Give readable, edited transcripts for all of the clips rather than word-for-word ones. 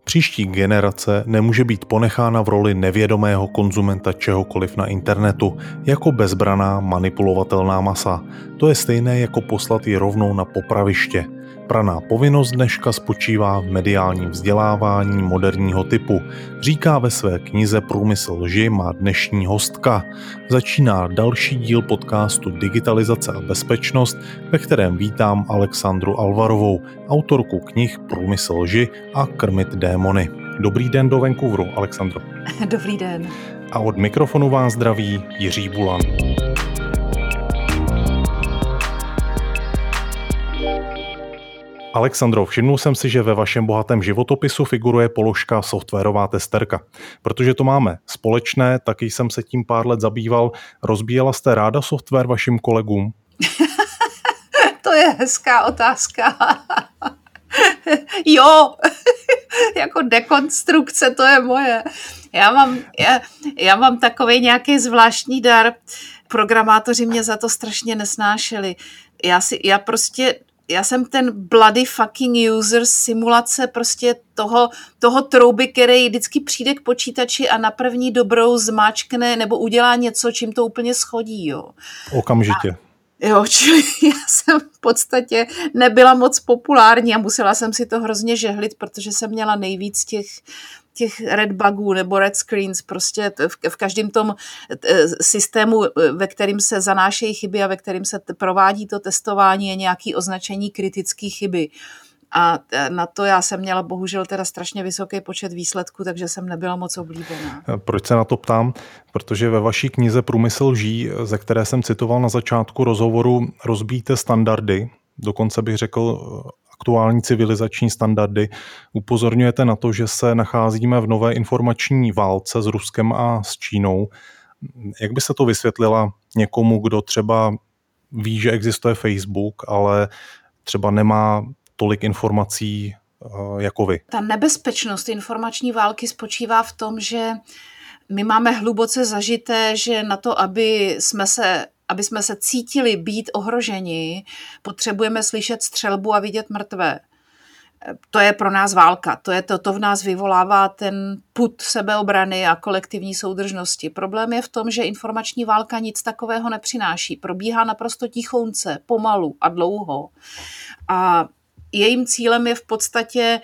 Příští generace nemůže být ponechána v roli nevědomého konzumenta čehokoliv na internetu, jako bezbraná manipulovatelná masa. To je stejné jako poslat ji rovnou na popraviště. Praná povinnost dneška spočívá v mediálním vzdělávání moderního typu. Říká ve své knize Průmysl lži má dnešní hostka. Začíná další díl podcastu Digitalizace a bezpečnost, ve kterém vítám Alexandru Alvarovou, autorku knih Průmysl lži a Krmit démony. Dobrý den do Vancouveru, Alexandro. Dobrý den. A od mikrofonu vás zdraví Jiří Bulan. Alexandro, všimnul jsem si, že ve vašem bohatém životopisu figuruje položka softwarová testerka. Protože to máme společné, taky jsem se tím pár let zabýval. Rozbíjela jste ráda software vašim kolegům? To je hezká otázka. Jo, jako dekonstrukce, to je moje. Já mám takovej nějaký zvláštní dar. Programátoři mě za to strašně nesnášeli. Já jsem ten bloody fucking user simulace prostě toho trouby, který vždycky přijde k počítači a na první dobrou zmáčkne nebo udělá něco, čím to úplně schodí. Jo. Okamžitě. Čili já jsem v podstatě nebyla moc populární a musela jsem si to hrozně žehlit, protože jsem měla nejvíc těch red bugů nebo red screens prostě v každém tom systému, ve kterým se zanášejí chyby a ve kterým se provádí to testování, je nějaké označení kritické chyby. A na to já jsem měla bohužel teda strašně vysoký počet výsledků, takže jsem nebyla moc oblíbená. Proč se na to ptám? Protože ve vaší knize Průmysl lží, ze které jsem citoval na začátku rozhovoru, rozbíjíte standardy, dokonce bych řekl aktuální civilizační standardy. Upozorňujete na to, že se nacházíme v nové informační válce s Ruskem a s Čínou. Jak by se to vysvětlila někomu, kdo třeba ví, že existuje Facebook, ale třeba nemá tolik informací jako vy? Ta nebezpečnost informační války spočívá v tom, že my máme hluboce zažité, že na to, aby jsme se cítili být ohroženi, potřebujeme slyšet střelbu a vidět mrtvé. To je pro nás válka. To v nás vyvolává ten pud sebeobrany a kolektivní soudržnosti. Problém je v tom, že informační válka nic takového nepřináší. Probíhá naprosto tichounce, pomalu a dlouho. A jejím cílem je v podstatě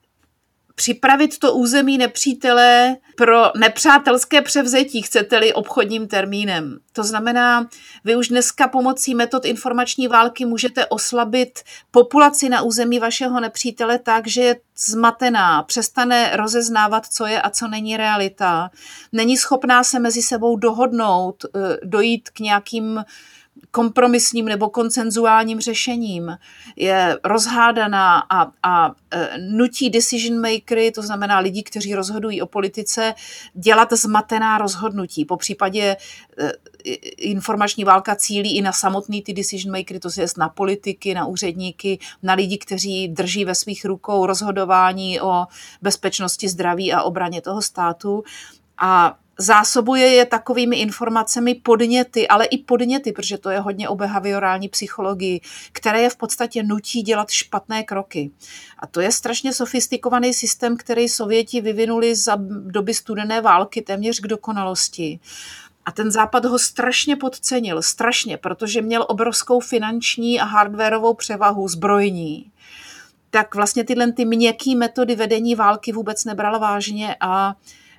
připravit to území nepřítele pro nepřátelské převzetí, chcete-li obchodním termínem. To znamená, vy už dneska pomocí metod informační války můžete oslabit populaci na území vašeho nepřítele tak, že je zmatená, přestane rozeznávat, co je a co není realita. Není schopná se mezi sebou dohodnout, dojít k nějakým kompromisním nebo konsenzuálním řešením, je rozhádaná a nutí decision makery, to znamená lidi, kteří rozhodují o politice, dělat zmatená rozhodnutí. Po případě informační válka cílí i na samotný ty decision makery, to je na politiky, na úředníky, na lidi, kteří drží ve svých rukou rozhodování o bezpečnosti, zdraví a obraně toho státu. A zásobuje je takovými informacemi podněty, ale i podněty, protože to je hodně o behaviorální psychologii, které je v podstatě nutí dělat špatné kroky. A to je strašně sofistikovaný systém, který Sověti vyvinuli za doby studené války téměř k dokonalosti. A ten Západ ho strašně podcenil, protože měl obrovskou finanční a hardwarovou převahu zbrojní. Tak vlastně tyhle měkké metody vedení války vůbec nebral vážně a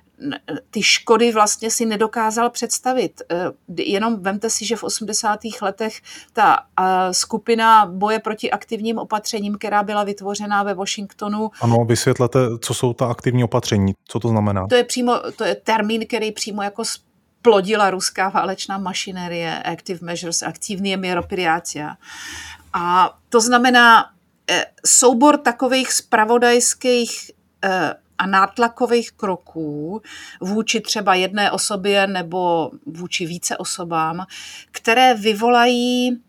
ty škody vlastně si nedokázal představit. Jenom vemte si, že v 80. letech ta skupina boje proti aktivním opatřením, která byla vytvořená ve Washingtonu. Ano, vysvětlete, co jsou ta aktivní opatření, co to znamená? To je termín, který přímo jako splodila ruská válečná mašinerie, active measures, aktivní měropiriácia. A to znamená soubor takových zpravodajských a nátlakových kroků vůči třeba jedné osobě nebo vůči více osobám, které vyvolají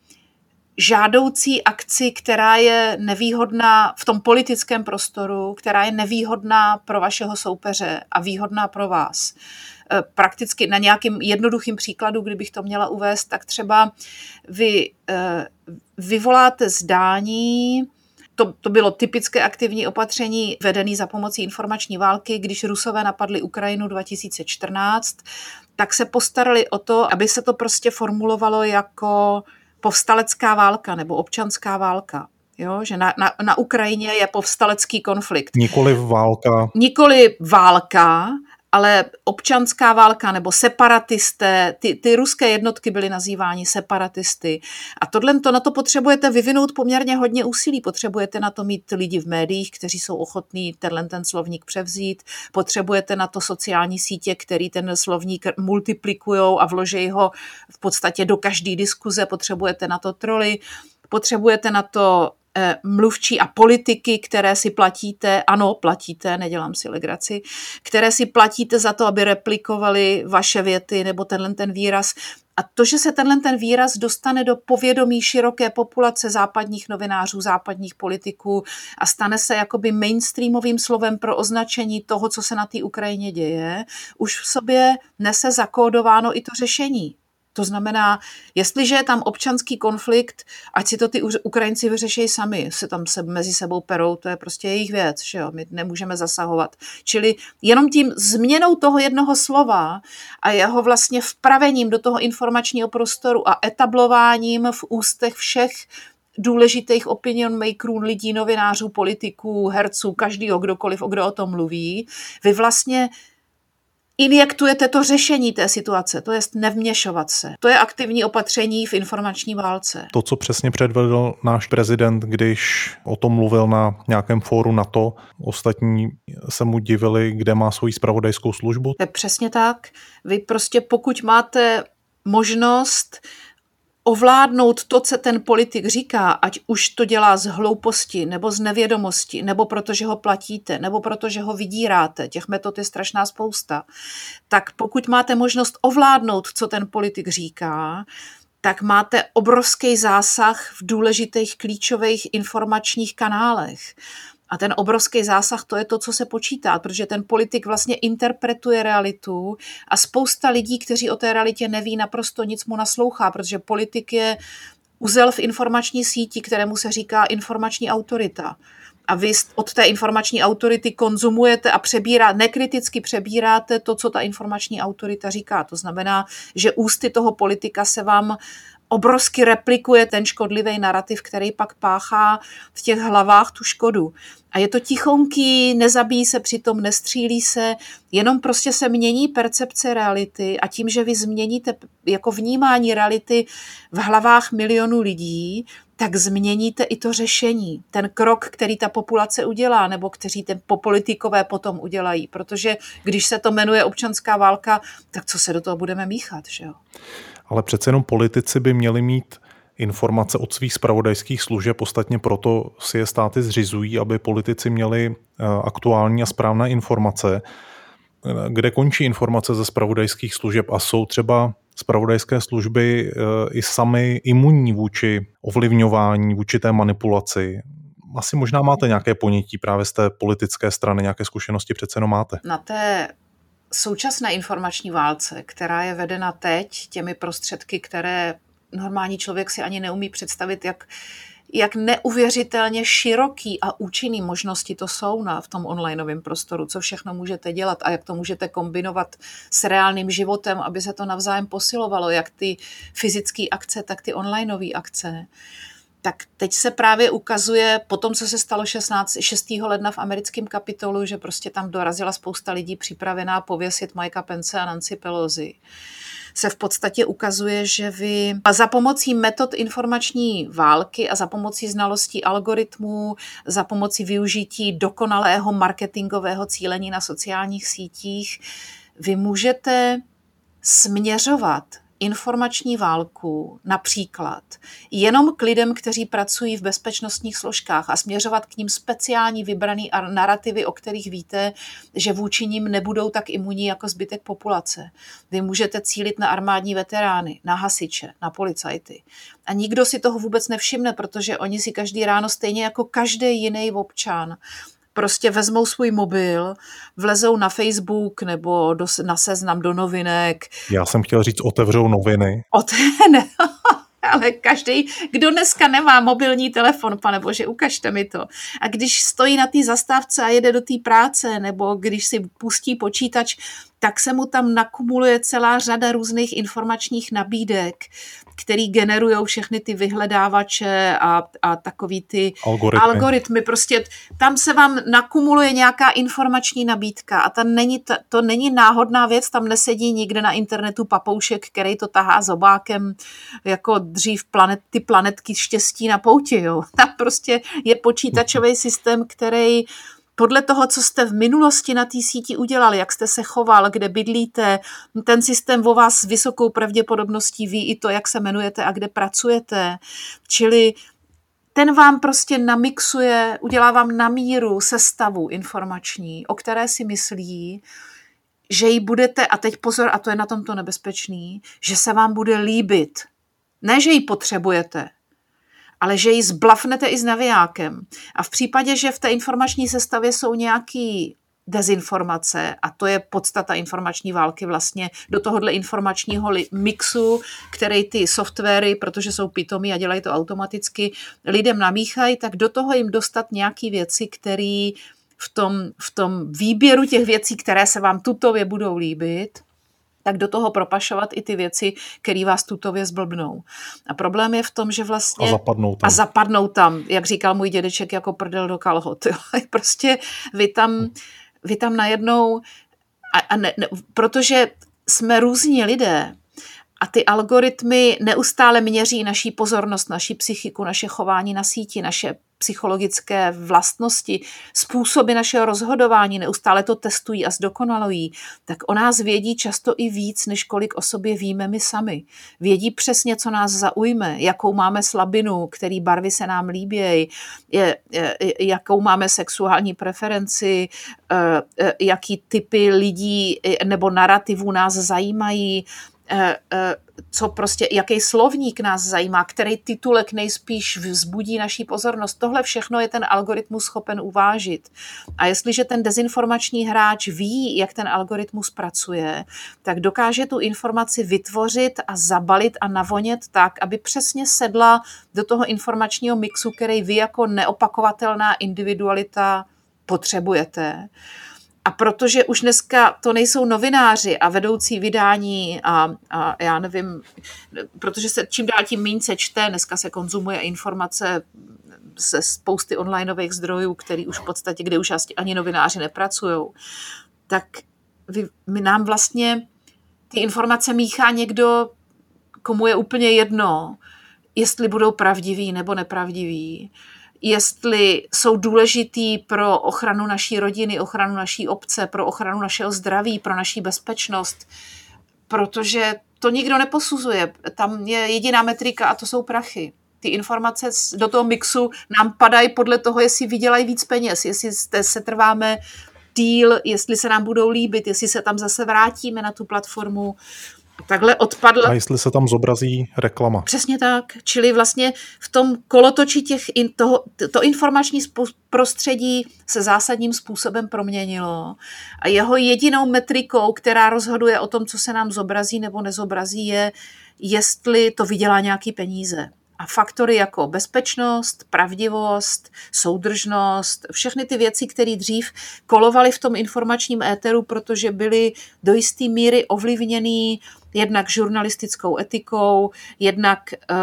žádoucí akci, která je nevýhodná v tom politickém prostoru, která je nevýhodná pro vašeho soupeře a výhodná pro vás. Prakticky na nějakým jednoduchým příkladu, kdybych to měla uvést, tak třeba vy vyvoláte zdání to bylo typické aktivní opatření vedené za pomocí informační války. Když Rusové napadli Ukrajinu 2014, tak se postarali o to, aby se to prostě formulovalo jako povstalecká válka nebo občanská válka. Jo, že na Ukrajině je povstalecký konflikt. Nikoli válka, ale občanská válka nebo separatisté, ty ruské jednotky byly nazývány separatisty. A na to potřebujete vyvinout poměrně hodně úsilí. Potřebujete na to mít lidi v médiích, kteří jsou ochotní ten slovník převzít. Potřebujete na to sociální sítě, který ten slovník multiplikujou a vloží ho v podstatě do každé diskuze. Potřebujete na to troly. Potřebujete na to mluvčí a politiky, které si platíte, ano, platíte, nedělám si legraci, které si platíte za to, aby replikovali vaše věty nebo ten výraz. A to, že se ten výraz dostane do povědomí široké populace západních novinářů, západních politiků a stane se jakoby mainstreamovým slovem pro označení toho, co se na té Ukrajině děje, už v sobě nese zakódováno i to řešení. To znamená, jestliže je tam občanský konflikt, ať si to ty Ukrajinci vyřešejí sami, se tam mezi sebou perou, to je prostě jejich věc, že jo? My nemůžeme zasahovat. Čili jenom tím změnou toho jednoho slova a jeho vlastně vpravením do toho informačního prostoru a etablováním v ústech všech důležitých opinion makerů, lidí, novinářů, politiků, herců, každýho, kdo o tom mluví, vy vlastně injektujete to řešení té situace, to jest nevměšovat se. To je aktivní opatření v informační válce. To, co přesně předvedl náš prezident, když o tom mluvil na nějakém fóru NATO, ostatní se mu divili, kde má svoji zpravodajskou službu. To je přesně tak. Vy prostě pokud máte možnost ovládnout to, co ten politik říká, ať už to dělá z hlouposti, nebo z nevědomosti, nebo protože ho platíte, nebo protože ho vydíráte, těch metod je strašná spousta, tak pokud máte možnost ovládnout, co ten politik říká, tak máte obrovský zásah v důležitých klíčových informačních kanálech. A ten obrovský zásah, to je to, co se počítá, protože ten politik vlastně interpretuje realitu a spousta lidí, kteří o té realitě neví, naprosto nic mu naslouchá, protože politik je uzel v informační síti, kterému se říká informační autorita. A vy od té informační autority konzumujete a nekriticky přebíráte to, co ta informační autorita říká. To znamená, že ústy toho politika se vám obrovsky replikuje ten škodlivý narrativ, který pak páchá v těch hlavách tu škodu. A je to tichonký, nezabíjí se přitom, nestřílí se, jenom prostě se mění percepce reality a tím, že vy změníte jako vnímání reality v hlavách milionů lidí, tak změníte i to řešení, ten krok, který ta populace udělá, nebo kteří ten politikové potom udělají. Protože když se to jmenuje občanská válka, tak co se do toho budeme míchat, že jo? Ale přece jenom politici by měli mít informace od svých zpravodajských služeb, ostatně proto si je státy zřizují, aby politici měli aktuální a správné informace. Kde končí informace ze zpravodajských služeb a jsou třeba zpravodajské služby i sami imunní vůči ovlivňování, vůči té manipulaci? Asi možná máte nějaké ponětí právě z té politické strany, nějaké zkušenosti přece jenom máte. Na té současné informační válce, která je vedena teď těmi prostředky, které normální člověk si ani neumí představit, jak neuvěřitelně široký a účinný možnosti to jsou v tom onlineovém prostoru, co všechno můžete dělat a jak to můžete kombinovat s reálným životem, aby se to navzájem posilovalo, jak ty fyzické akce, tak ty onlineové akce. Tak teď se právě ukazuje, po tom, co se stalo 6. ledna v americkém Kapitolu, že prostě tam dorazila spousta lidí připravená pověsit Mikea Pence a Nancy Pelosi, se v podstatě ukazuje, že vy a za pomocí metod informační války a za pomocí znalostí algoritmů, za pomocí využití dokonalého marketingového cílení na sociálních sítích, vy můžete směřovat informační válku například jenom k lidem, kteří pracují v bezpečnostních složkách a směřovat k ním speciální vybraný narrativy, o kterých víte, že vůči nim nebudou tak imunní jako zbytek populace. Vy můžete cílit na armádní veterány, na hasiče, na policajty. A nikdo si toho vůbec nevšimne, protože oni si každý ráno stejně jako každý jiný občan prostě vezmou svůj mobil, vlezou na Facebook nebo na Seznam, do novinek. Já jsem chtěl říct, otevřou noviny. ale každý, kdo dneska nemá mobilní telefon, panebože, ukažte mi to. A když stojí na té zastávce a jede do té práce, nebo když si pustí počítač, tak se mu tam nakumuluje celá řada různých informačních nabídek, který generují všechny ty vyhledávače a takový ty algoritmy. Prostě tam se vám nakumuluje nějaká informační nabídka a to není náhodná věc, tam nesedí nikde na internetu papoušek, který to tahá zobákem, jako dřív ty planetky štěstí na pouti. Jo. Tam prostě je počítačový systém, který podle toho, co jste v minulosti na té síti udělali, jak jste se choval, kde bydlíte, ten systém o vás s vysokou pravděpodobností ví i to, jak se jmenujete a kde pracujete. Čili ten vám prostě namixuje, udělá vám na míru sestavu informační, o které si myslí, že ji budete, a teď pozor, a to je na tomto nebezpečný, že se vám bude líbit. Ne, že ji potřebujete, ale že ji zblafnete i s navijákem. A v případě, že v té informační sestavě jsou nějaký dezinformace, a to je podstata informační války vlastně, do tohohle informačního mixu, který ty softwary, protože jsou pitomí a dělají to automaticky, lidem namíchají, tak do toho jim dostat nějaký věci, které v tom výběru těch věcí, které se vám tutově budou líbit, tak do toho propašovat i ty věci, které vás tutově zblbnou. A problém je v tom, že vlastně... A zapadnou tam, jak říkal můj dědeček, jako prdel do kalhot. Prostě vy tam najednou... protože jsme různí lidé a ty algoritmy neustále měří naší pozornost, naší psychiku, naše chování na síti, naše psychologické vlastnosti, způsoby našeho rozhodování, neustále to testují a zdokonalují, tak o nás vědí často i víc, než kolik o sobě víme my sami. Vědí přesně, co nás zaujme, jakou máme slabinu, který barvy se nám líbějí, jakou máme sexuální preferenci, jaký typy lidí nebo narrativů nás zajímají, co prostě, jaký slovník nás zajímá, který titulek nejspíš vzbudí naší pozornost. Tohle všechno je ten algoritmus schopen uvážit. A jestliže ten dezinformační hráč ví, jak ten algoritmus pracuje, tak dokáže tu informaci vytvořit a zabalit a navonět tak, aby přesně sedla do toho informačního mixu, který vy jako neopakovatelná individualita potřebujete. A protože už dneska to nejsou novináři a vedoucí vydání a já nevím, protože se čím dál tím méně se čte, dneska se konzumuje informace ze spousty onlineových zdrojů, který už v podstatě, kde už ani novináři nepracujou, tak my nám vlastně ty informace míchá někdo, komu je úplně jedno, jestli budou pravdiví nebo nepravdiví, jestli jsou důležitý pro ochranu naší rodiny, ochranu naší obce, pro ochranu našeho zdraví, pro naší bezpečnost, protože to nikdo neposuzuje. Tam je jediná metrika a to jsou prachy. Ty informace do toho mixu nám padají podle toho, jestli vydělají víc peněz, jestli se trváme díl, jestli se nám budou líbit, jestli se tam zase vrátíme na tu platformu. Takhle odpadla. A jestli se tam zobrazí reklama. Přesně tak. Čili vlastně v tom kolotoči to informační prostředí se zásadním způsobem proměnilo. A jeho jedinou metrikou, která rozhoduje o tom, co se nám zobrazí nebo nezobrazí, je, jestli to vydělá nějaký peníze. A faktory jako bezpečnost, pravdivost, soudržnost, všechny ty věci, které dřív kolovaly v tom informačním éteru, protože byly do jisté míry ovlivněný jednak žurnalistickou etikou, jednak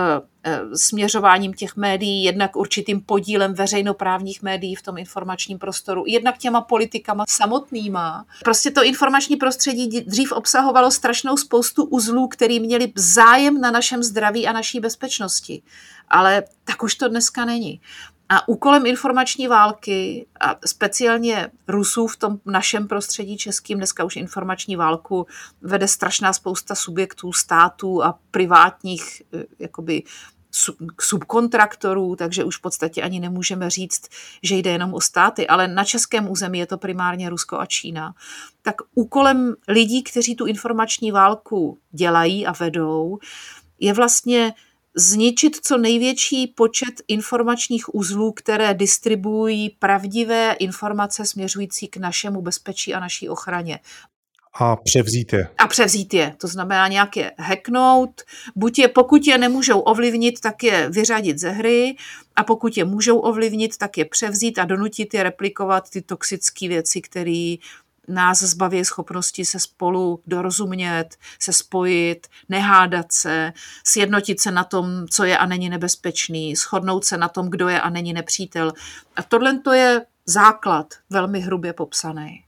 směřováním těch médií, jednak určitým podílem veřejnoprávních médií v tom informačním prostoru, jednak těma politikama samotnýma. Prostě to informační prostředí dřív obsahovalo strašnou spoustu uzlů, který měli zájem na našem zdraví a naší bezpečnosti. Ale tak už to dneska není. A úkolem informační války, a speciálně Rusů v tom našem prostředí českým, dneska už informační válku vede strašná spousta subjektů, států a privátních jakoby subkontraktorů, takže už v podstatě ani nemůžeme říct, že jde jenom o státy, ale na českém území je to primárně Rusko a Čína. Tak úkolem lidí, kteří tu informační válku dělají a vedou, je vlastně zničit co největší počet informačních uzlů, které distribuují pravdivé informace směřující k našemu bezpečí a naší ochraně. A převzít je. A převzít je. To znamená nějak je hacknout, pokud je nemůžou ovlivnit, tak je vyřadit ze hry, a pokud je můžou ovlivnit, tak je převzít a donutit je replikovat ty toxické věci, které nás zbaví schopnosti se spolu dorozumět, se spojit, nehádat se, sjednotit se na tom, co je a není nebezpečný, shodnout se na tom, kdo je a není nepřítel. A tohle to je základ, velmi hrubě popsaný.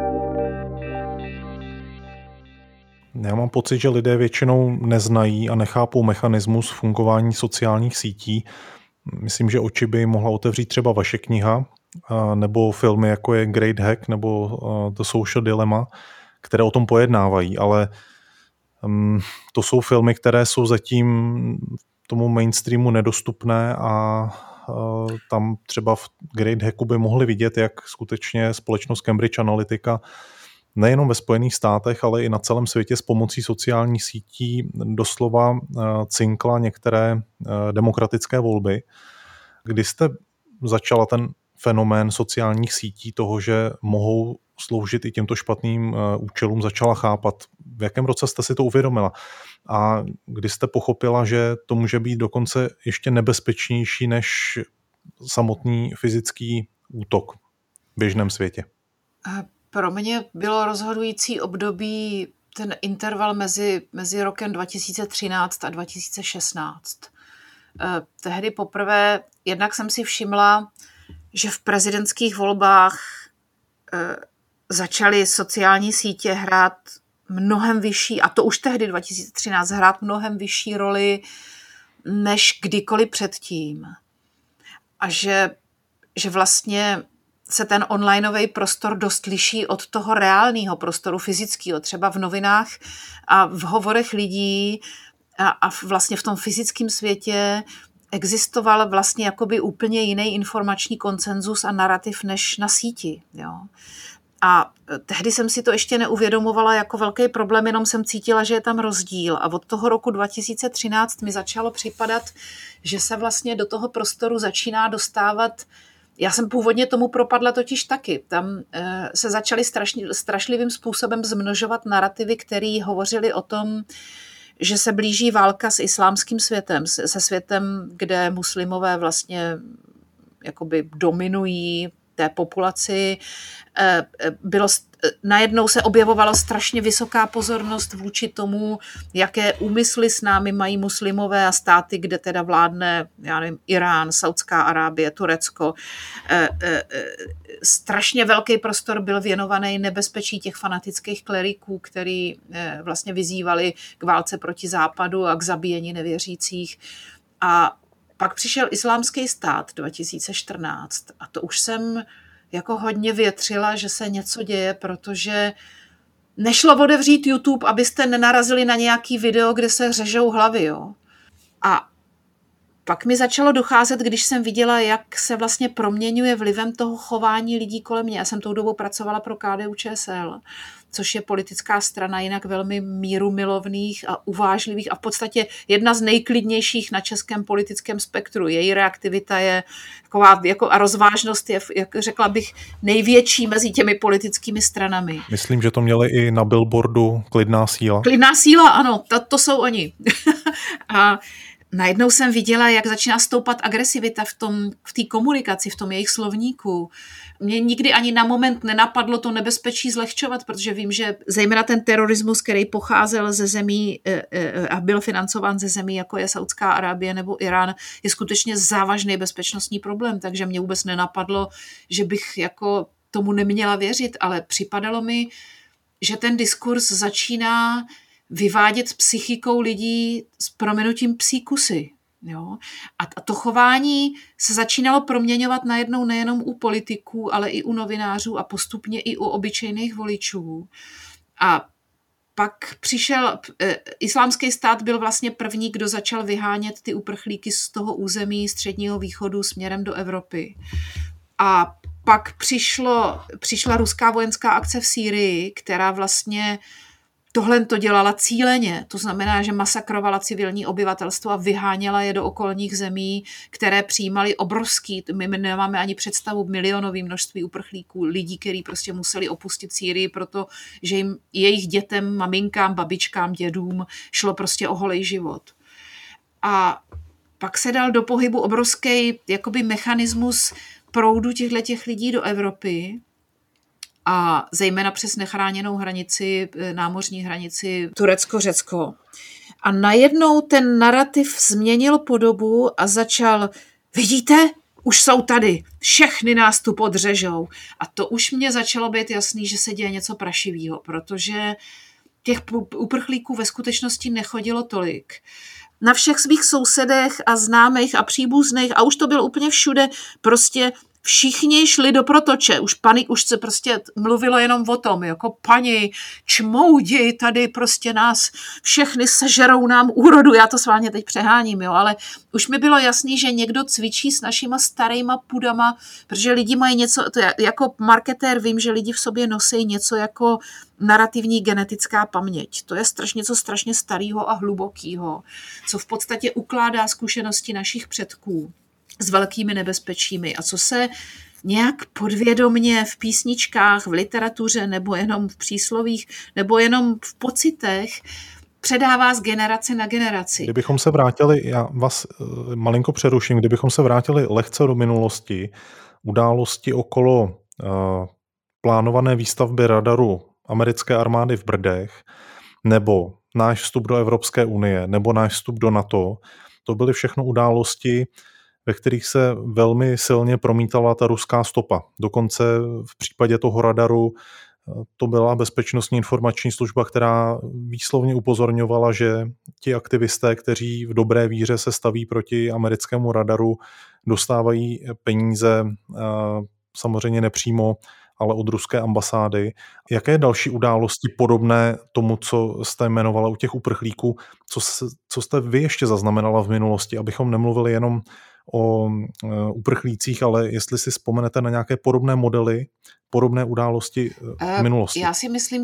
Já mám pocit, že lidé většinou neznají a nechápou mechanismus fungování sociálních sítí. Myslím, že oči by mohla otevřít třeba vaše kniha, nebo filmy, jako je Great Hack nebo The Social Dilemma, které o tom pojednávají, ale to jsou filmy, které jsou zatím tomu mainstreamu nedostupné a tam třeba v Great Hacku by mohli vidět, jak skutečně společnost Cambridge Analytica nejenom ve Spojených státech, ale i na celém světě s pomocí sociálních sítí doslova cinkla některé demokratické volby. Kdy jste začala ten fenomén sociálních sítí, toho, že mohou sloužit i těmto špatným účelům, začala chápat? V jakém roce jste si to uvědomila? A kdy jste pochopila, že to může být dokonce ještě nebezpečnější než samotný fyzický útok v běžném světě? Pro mě bylo rozhodující období ten interval mezi rokem 2013 a 2016. Tehdy poprvé jednak jsem si všimla, že v prezidentských volbách začaly sociální sítě hrát mnohem vyšší, a to už tehdy 2013, hrát mnohem vyšší roli než kdykoliv předtím. A že vlastně se ten onlineový prostor dost liší od toho reálného prostoru fyzického. Třeba v novinách a v hovorech lidí a vlastně v tom fyzickém světě existoval vlastně jakoby úplně jiný informační konsenzus a narrativ než na síti. Jo. A tehdy jsem si to ještě neuvědomovala jako velký problém, jenom jsem cítila, že je tam rozdíl. A od toho roku 2013 mi začalo připadat, že se vlastně do toho prostoru začíná dostávat. Já jsem původně tomu propadla totiž taky. Tam se začaly strašlivým způsobem zmnožovat narrativy, které hovořily o tom, že se blíží válka s islámským světem, se světem, kde muslimové vlastně jakoby dominují té populaci. Najednou se objevovala strašně vysoká pozornost vůči tomu, jaké úmysly s námi mají muslimové a státy, kde teda vládne, já nevím, Irán, Saudská Arábie, Turecko. Strašně velký prostor byl věnovaný nebezpečí těch fanatických kleriků, který vlastně vyzývali k válce proti západu a k zabíjení nevěřících. A pak přišel Islámský stát 2014 a to už jsem jako hodně větřila, že se něco děje, protože nešlo otevřít YouTube, abyste nenarazili na nějaký video, kde se řežou hlavy. Jo? A pak mi začalo docházet, když jsem viděla, jak se vlastně proměňuje vlivem toho chování lidí kolem mě. Já jsem tou dobou pracovala pro KDU-ČSL, což je politická strana jinak velmi mírumilovných a uvážlivých a v podstatě jedna z nejklidnějších na českém politickém spektru. Její reaktivita je taková, jako a rozvážnost je, jak řekla bych, největší mezi těmi politickými stranami. Myslím, že to měli i na billboardu Klidná síla. Klidná síla, ano, to jsou oni. A najednou jsem viděla, jak začíná stoupat agresivita v té komunikaci, v tom jejich slovníku. Mě nikdy ani na moment nenapadlo to nebezpečí zlehčovat, protože vím, že zejména ten terorismus, který pocházel ze zemí a byl financován ze zemí, jako je Saudská Arábie nebo Irán, je skutečně závažný bezpečnostní problém, takže mě vůbec nenapadlo, že bych jako tomu neměla věřit, ale připadalo mi, že ten diskurs začíná vyvádět psychikou lidí s prominutím psí kusy. Jo? A to chování se začínalo proměňovat najednou nejenom u politiků, ale i u novinářů a postupně i u obyčejných voličů. A pak přišel, Islámský stát byl vlastně první, kdo začal vyhánět ty uprchlíky z toho území Středního východu směrem do Evropy. A pak přišla ruská vojenská akce v Sýrii, která vlastně tohle to dělala cíleně, to znamená, že masakrovala civilní obyvatelstvo a vyháněla je do okolních zemí, které přijímaly obrovský, my nemáme ani představu, milionový množství uprchlíků, lidí, kteří prostě museli opustit Sýrii, protože jim, jejich dětem, maminkám, babičkám, dědům šlo prostě o holej život. A pak se dal do pohybu obrovský jakoby mechanismus proudu těchto lidí do Evropy, a zejména přes nechráněnou hranici, námořní hranici Turecko-Řecko. A najednou ten narrativ změnil podobu a začal, vidíte, už jsou tady, všechny nás tu podřežou. A to už mě začalo být jasný, že se děje něco prašivého, protože těch uprchlíků ve skutečnosti nechodilo tolik. Na všech svých sousedech a známých a příbuzných, a už to bylo úplně všude, prostě všichni šli do protoče, už se prostě mluvilo jenom o tom, jako paní čmoudi, tady prostě nás všechny sežerou nám úrodu, já to sválně teď přeháním, jo, ale už mi bylo jasný, že někdo cvičí s našima starýma pudama, protože lidi mají něco, jako marketér vím, že lidi v sobě nosí něco jako narrativní genetická paměť. To je něco strašně starého a hlubokého, co v podstatě ukládá zkušenosti našich předků s velkými nebezpečími a co se nějak podvědomně v písničkách, v literatuře nebo jenom v příslovích nebo jenom v pocitech předává z generace na generaci. Kdybychom se vrátili, já vás malinko přeruším, kdybychom se vrátili lehce do minulosti, události okolo plánované výstavby radaru americké armády v Brdech, nebo náš vstup do Evropské unie, nebo náš vstup do NATO, to byly všechno události, ve kterých se velmi silně promítala ta ruská stopa. Dokonce v případě toho radaru to byla bezpečnostní informační služba, která výslovně upozorňovala, že ti aktivisté, kteří v dobré víře se staví proti americkému radaru, dostávají peníze samozřejmě nepřímo, ale od ruské ambasády. Jaké další události podobné tomu, co jste jmenovala u těch uprchlíků, co jste vy ještě zaznamenala v minulosti, abychom nemluvili jenom o uprchlících, ale jestli si vzpomenete na nějaké podobné modely, podobné události v minulosti. Já si myslím,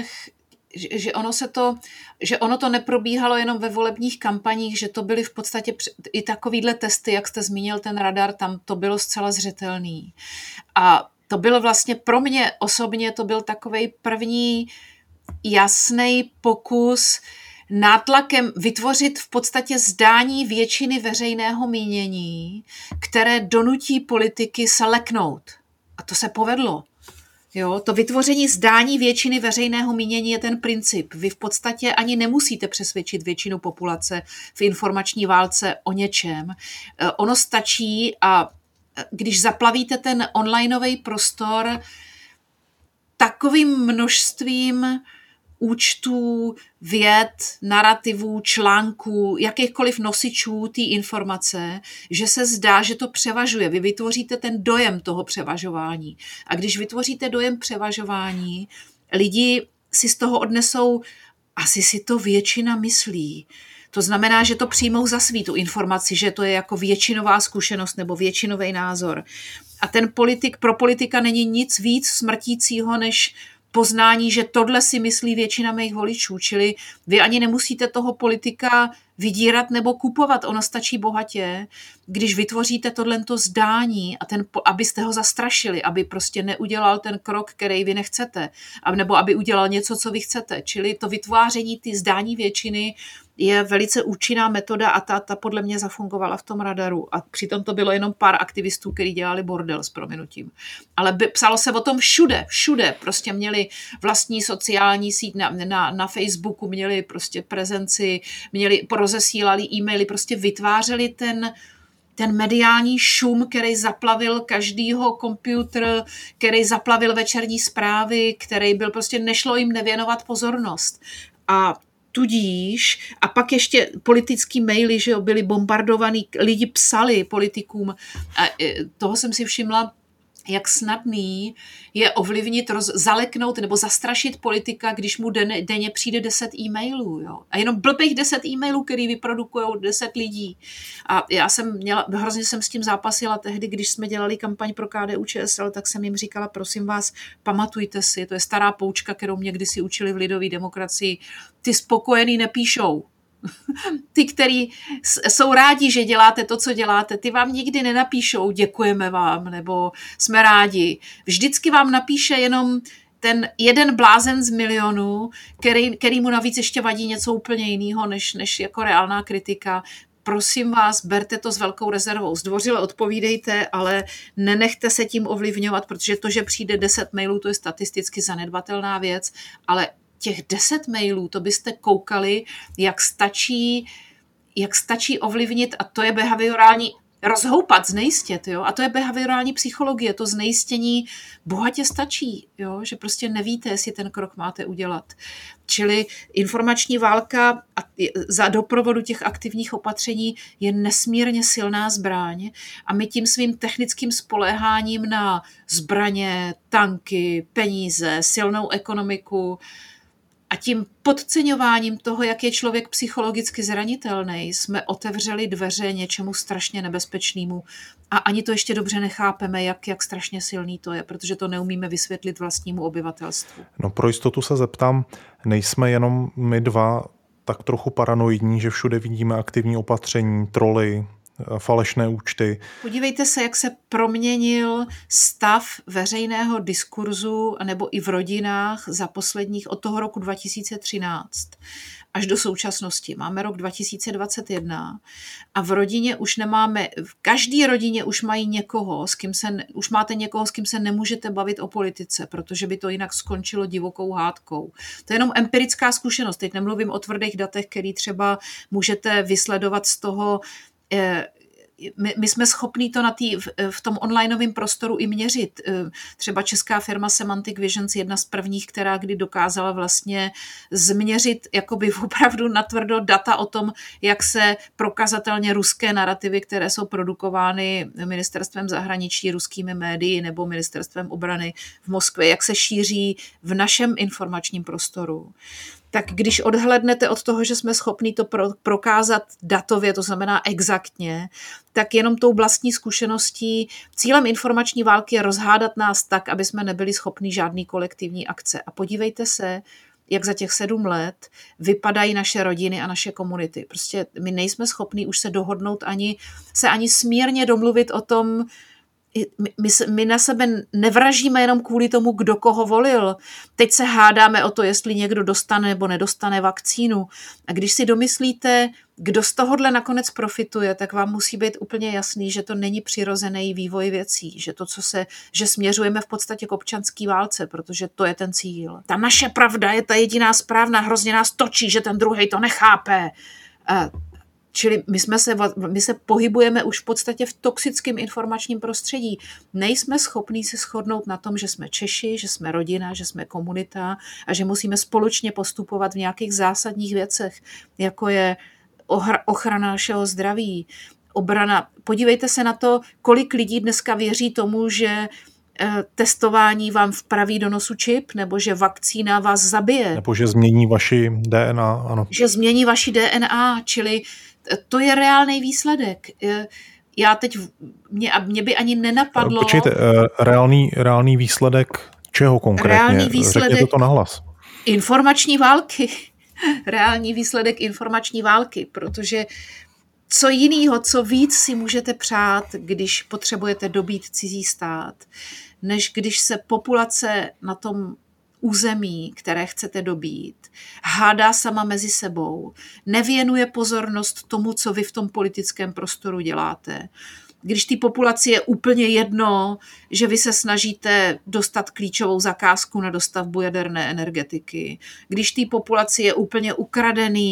že ono to neprobíhalo jenom ve volebních kampaních, že to byly v podstatě i takovýhle testy, jak jste zmínil ten radar, tam to bylo zcela zřetelný. A to bylo vlastně pro mě osobně, to byl takovej první jasný pokus nátlakem vytvořit v podstatě zdání většiny veřejného mínění, které donutí politiky se leknout. A to se povedlo. Jo, to vytvoření zdání většiny veřejného mínění je ten princip. Vy v podstatě ani nemusíte přesvědčit většinu populace v informační válce o něčem. Ono stačí, a když zaplavíte ten onlineový prostor takovým množstvím účtů, věd, narrativů, článků, jakýchkoliv nosičů té informace, že se zdá, že to převažuje. Vy vytvoříte ten dojem toho převažování. A když vytvoříte dojem převažování, lidi si z toho odnesou, asi si to většina myslí. To znamená, že to přijmou za svý tu informaci, že to je jako většinová zkušenost nebo většinový názor. A pro politika není nic víc smrtícího, než poznání, že tohle si myslí většina mých voličů, čili vy ani nemusíte toho politika vydírat nebo kupovat, ono stačí bohatě, když vytvoříte tohleto zdání, abyste ho zastrašili, aby prostě neudělal ten krok, který vy nechcete, nebo aby udělal něco, co vy chcete, čili to vytváření ty zdání většiny je velice účinná metoda a ta podle mě zafungovala v tom radaru. A přitom to bylo jenom pár aktivistů, kteří dělali bordel s prominutím. Ale psalo se o tom všude. Prostě měli vlastní sociální síť na Facebooku, měli prostě prezenci, rozesílali e-maily, prostě vytvářeli ten mediální šum, který zaplavil každýho počítač, který zaplavil večerní zprávy, který byl prostě, nešlo jim nevěnovat pozornost. A tudíž, a pak ještě politický maily, že jo, byly bombardovaný, lidi psali politikům, a toho jsem si všimla jak snadný je ovlivnit, zaleknout nebo zastrašit politika, když mu denně přijde 10 e-mailů. Jo? A jenom blbých 10 e-mailů, který vyprodukují 10 lidí. A hrozně jsem s tím zápasila tehdy, když jsme dělali kampaň pro KDU-ČSL, tak jsem jim říkala, prosím vás, pamatujte si, to je stará poučka, kterou mě kdysi učili v lidové demokracii, ty spokojený nepíšou. Ty, kteří jsou rádi, že děláte to, co děláte, ty vám nikdy nenapíšou děkujeme vám, nebo jsme rádi. Vždycky vám napíše jenom ten jeden blázen z milionu, který mu navíc ještě vadí něco úplně jiného, než jako reálná kritika. Prosím vás, berte to s velkou rezervou. Zdvořile odpovídejte, ale nenechte se tím ovlivňovat, protože to, že přijde 10 mailů, to je statisticky zanedbatelná věc, ale těch 10 mailů, to byste koukali, jak stačí ovlivnit, a to je behaviorální, rozhoupat, znejistět, jo? A to je behaviorální psychologie, to znejistění bohatě stačí, jo? Že prostě nevíte, jestli ten krok máte udělat. Čili informační válka za doprovodu těch aktivních opatření je nesmírně silná zbraň a my tím svým technickým spoléháním na zbraně, tanky, peníze, silnou ekonomiku a tím podceňováním toho, jak je člověk psychologicky zranitelný, jsme otevřeli dveře něčemu strašně nebezpečnému a ani to ještě dobře nechápeme, jak strašně silný to je, protože to neumíme vysvětlit vlastnímu obyvatelstvu. No pro jistotu se zeptám, nejsme jenom my dva tak trochu paranoidní, že všude vidíme aktivní opatření, troly, falešné účty. Podívejte se, jak se proměnil stav veřejného diskurzu nebo i v rodinách za posledních od toho roku 2013 až do současnosti. Máme rok 2021 a v rodině už nemáme, v každé rodině už mají někoho, už máte někoho, s kým se nemůžete bavit o politice, protože by to jinak skončilo divokou hádkou. To je jenom empirická zkušenost. Teď nemluvím o tvrdých datech, který třeba můžete vysledovat z toho. My jsme schopní to v tom onlineovém prostoru i měřit. Třeba česká firma Semantic Visions, jedna z prvních, která kdy dokázala vlastně změřit jakoby opravdu natvrdo data o tom, jak se prokazatelně ruské narrativy, které jsou produkovány ministerstvem zahraničí, ruskými médii nebo ministerstvem obrany v Moskvě, jak se šíří v našem informačním prostoru. Tak když odhlédnete od toho, že jsme schopni to prokázat datově, to znamená exaktně, tak jenom tou vlastní zkušeností cílem informační války je rozhádat nás tak, aby jsme nebyli schopni žádný kolektivní akce. A podívejte se, jak za těch 7 let vypadají naše rodiny a naše komunity. Prostě my nejsme schopni už se dohodnout ani smírně domluvit o tom. My na sebe nevražíme jenom kvůli tomu, kdo koho volil. Teď se hádáme o to, jestli někdo dostane nebo nedostane vakcínu. A když si domyslíte, kdo z tohohle nakonec profituje, tak vám musí být úplně jasný, že to není přirozený vývoj věcí, že směřujeme v podstatě k občanské válce, protože to je ten cíl. Ta naše pravda je ta jediná správná, hrozně nás točí, že ten druhej to nechápe. Čili my se pohybujeme už v podstatě v toxickém informačním prostředí. Nejsme schopní se shodnout na tom, že jsme Češi, že jsme rodina, že jsme komunita a že musíme společně postupovat v nějakých zásadních věcech, jako je ochrana našeho zdraví, obrana. Podívejte se na to, kolik lidí dneska věří tomu, že testování vám vpraví do nosu čip, nebo že vakcína vás zabije. Nebo že změní vaši DNA, ano. Že změní vaši DNA, čili to je reálný výsledek. Já teď, mě by ani nenapadlo... Počkejte, reálný výsledek čeho konkrétně? Reálný výsledek řekněte to nahlas. Informační války. Reálný výsledek informační války, protože co jinýho, co víc si můžete přát, když potřebujete dobít cizí stát, než když se populace na tom území, které chcete dobít, hádá sama mezi sebou, nevěnuje pozornost tomu, co vy v tom politickém prostoru děláte. Když té populaci je úplně jedno, že vy se snažíte dostat klíčovou zakázku na dostavbu jaderné energetiky, když té populaci je úplně ukradený,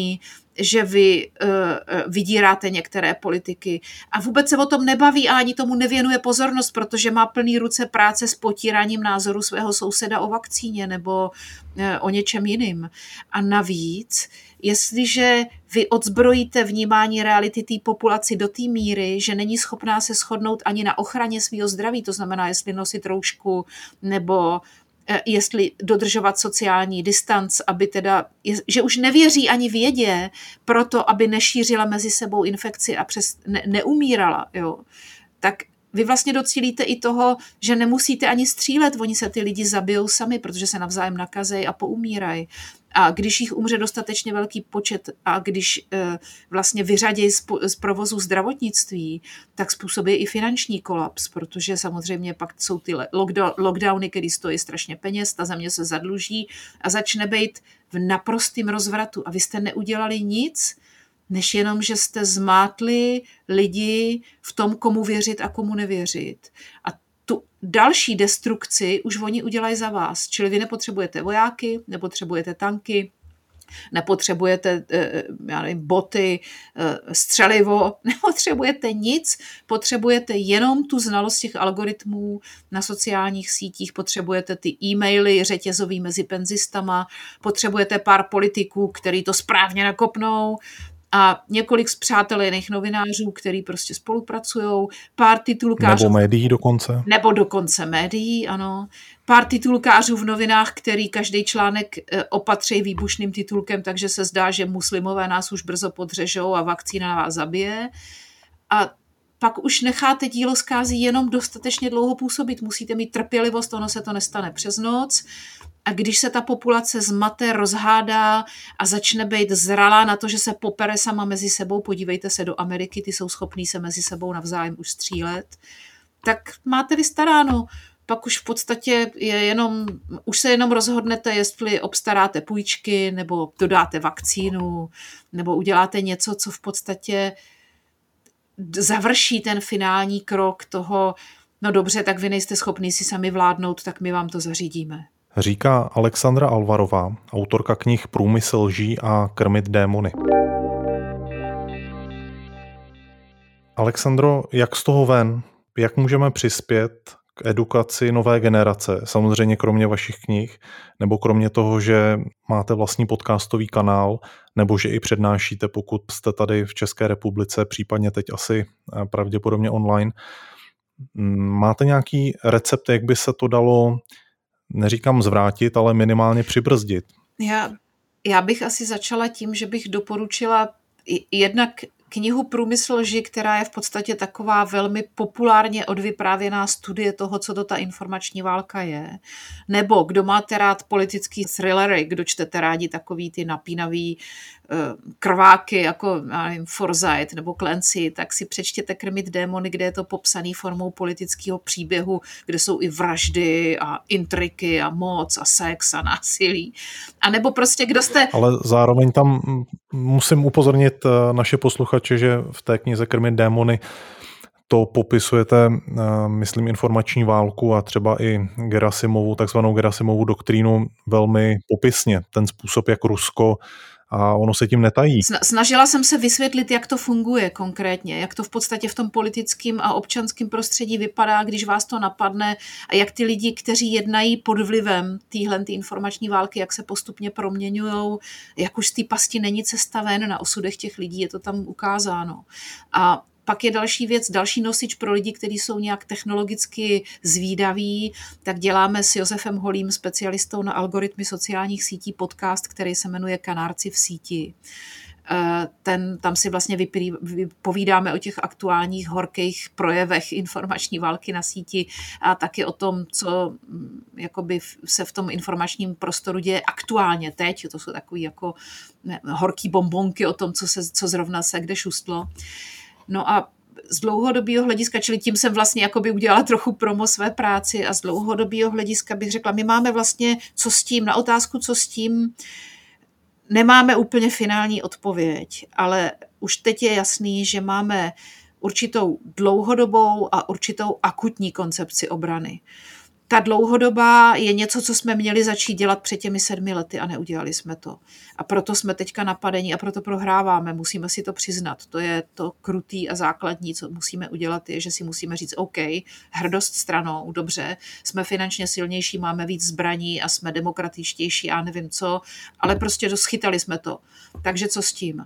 že vy vydíráte některé politiky. A vůbec se o tom nebaví a ani tomu nevěnuje pozornost, protože má plný ruce práce s potíráním názoru svého souseda o vakcíně nebo o něčem jiným. A navíc, jestliže vy odzbrojíte vnímání reality té populaci do té míry, že není schopná se shodnout ani na ochraně svého zdraví, to znamená, jestli nosit roušku nebo jestli dodržovat sociální distanc, aby teda, že už nevěří ani vědě proto, aby nešířila mezi sebou infekci a neumírala, jo, tak vy vlastně docílíte i toho, že nemusíte ani střílet, oni se ty lidi zabijou sami, protože se navzájem nakazejí a poumírají. A když jich umře dostatečně velký počet a když vlastně vyřadějí z provozu zdravotnictví, tak způsobí i finanční kolaps, protože samozřejmě pak jsou ty lockdowny, které stojí strašně peněz, ta země se zadluží a začne být v naprostém rozvratu. A vy jste neudělali nic, než jenom, že jste zmátli lidi v tom, komu věřit a komu nevěřit. A tu další destrukci už oni udělají za vás. Čili vy nepotřebujete vojáky, nepotřebujete tanky, nepotřebujete já nevím, boty, střelivo, nepotřebujete nic, potřebujete jenom tu znalost těch algoritmů na sociálních sítích, potřebujete ty e-maily řetězový mezi penzistama, potřebujete pár politiků, který to správně nakopnou, a několik spřátelených novinářů, který prostě spolupracujou, pár titulkářů. Nebo médií dokonce. Nebo dokonce médií, ano. Pár titulkářů v novinách, který každý článek opatří výbušným titulkem, takže se zdá, že muslimové nás už brzo podřežou a vakcína vás zabije. A pak už necháte dílo zkází jenom dostatečně dlouho působit. Musíte mít trpělivost, ono se to nestane přes noc. A když se ta populace zmate, rozhádá a začne být zralá na to, že se popere sama mezi sebou, podívejte se do Ameriky, ty jsou schopní se mezi sebou navzájem už střílet, tak máte vystaráno. Pak už v podstatě už se jenom rozhodnete, jestli obstaráte půjčky, nebo dodáte vakcínu, nebo uděláte něco, co v podstatě završí ten finální krok toho, no dobře, tak vy nejste schopní si sami vládnout, tak my vám to zařídíme. Říká Alexandra Alvarová, autorka knih Průmysl lží a Krmit démony. Alexandro, jak z toho ven? Jak můžeme přispět k edukaci nové generace? Samozřejmě kromě vašich knih, nebo kromě toho, že máte vlastní podcastový kanál, nebo že i přednášíte, pokud jste tady v České republice, případně teď asi pravděpodobně online. Máte nějaký recept, jak by se to dalo, neříkám zvrátit, ale minimálně přibrzdit? Já bych asi začala tím, že bych doporučila jednak knihu Průmysl lži, která je v podstatě taková velmi populárně odvyprávěná studie toho, co to ta informační válka je. Nebo kdo máte rád politický thrillery, kdo čtete rádi takový ty napínavý krváky jako Forsyth nebo Clancy, tak si přečtěte Krmit démony, kde je to popsaný formou politického příběhu, kde jsou i vraždy a intriky a moc a sex a násilí. A nebo prostě kdo jste... Ale zároveň tam musím upozornit naše posluchače, že v té knize Krmit démony to popisujete, myslím, informační válku a třeba i takzvanou Gerasimovu doktrínu velmi popisně. Ten způsob, jak Rusko, a ono se tím netají. Snažila jsem se vysvětlit, jak to funguje konkrétně, jak to v podstatě v tom politickém a občanském prostředí vypadá, když vás to napadne a jak ty lidi, kteří jednají pod vlivem téhle informační války, jak se postupně proměňují, jak už z té pasti není cesta ven, na osudech těch lidí je to tam ukázáno. A pak je další věc, další nosič pro lidi, kteří jsou nějak technologicky zvídaví, tak děláme s Josefem Holým, specialistou na algoritmy sociálních sítí, podcast, který se jmenuje Kanárci v síti. Tam si vlastně povídáme o těch aktuálních horkých projevech informační války na síti a taky o tom, co jakoby se v tom informačním prostoru děje aktuálně teď. To jsou takový jako horký bonbonky o tom, co zrovna se kde šustlo. No a z dlouhodobého hlediska, čili tím jsem vlastně jakoby udělala trochu promo své práci a z dlouhodobého hlediska bych řekla, my máme vlastně co s tím, na otázku co s tím, nemáme úplně finální odpověď, ale už teď je jasný, že máme určitou dlouhodobou a určitou akutní koncepci obrany. ta dlouhodobá je něco, co jsme měli začít dělat před těmi 7 lety a neudělali jsme to. A proto jsme teďka napadení a proto prohráváme. Musíme si to přiznat. To je to krutý a základní, co musíme udělat, je, že si musíme říct OK, hrdost stranou, dobře, jsme finančně silnější, máme víc zbraní a jsme demokratičtější, já nevím co, ale prostě schytali jsme to. Takže co s tím?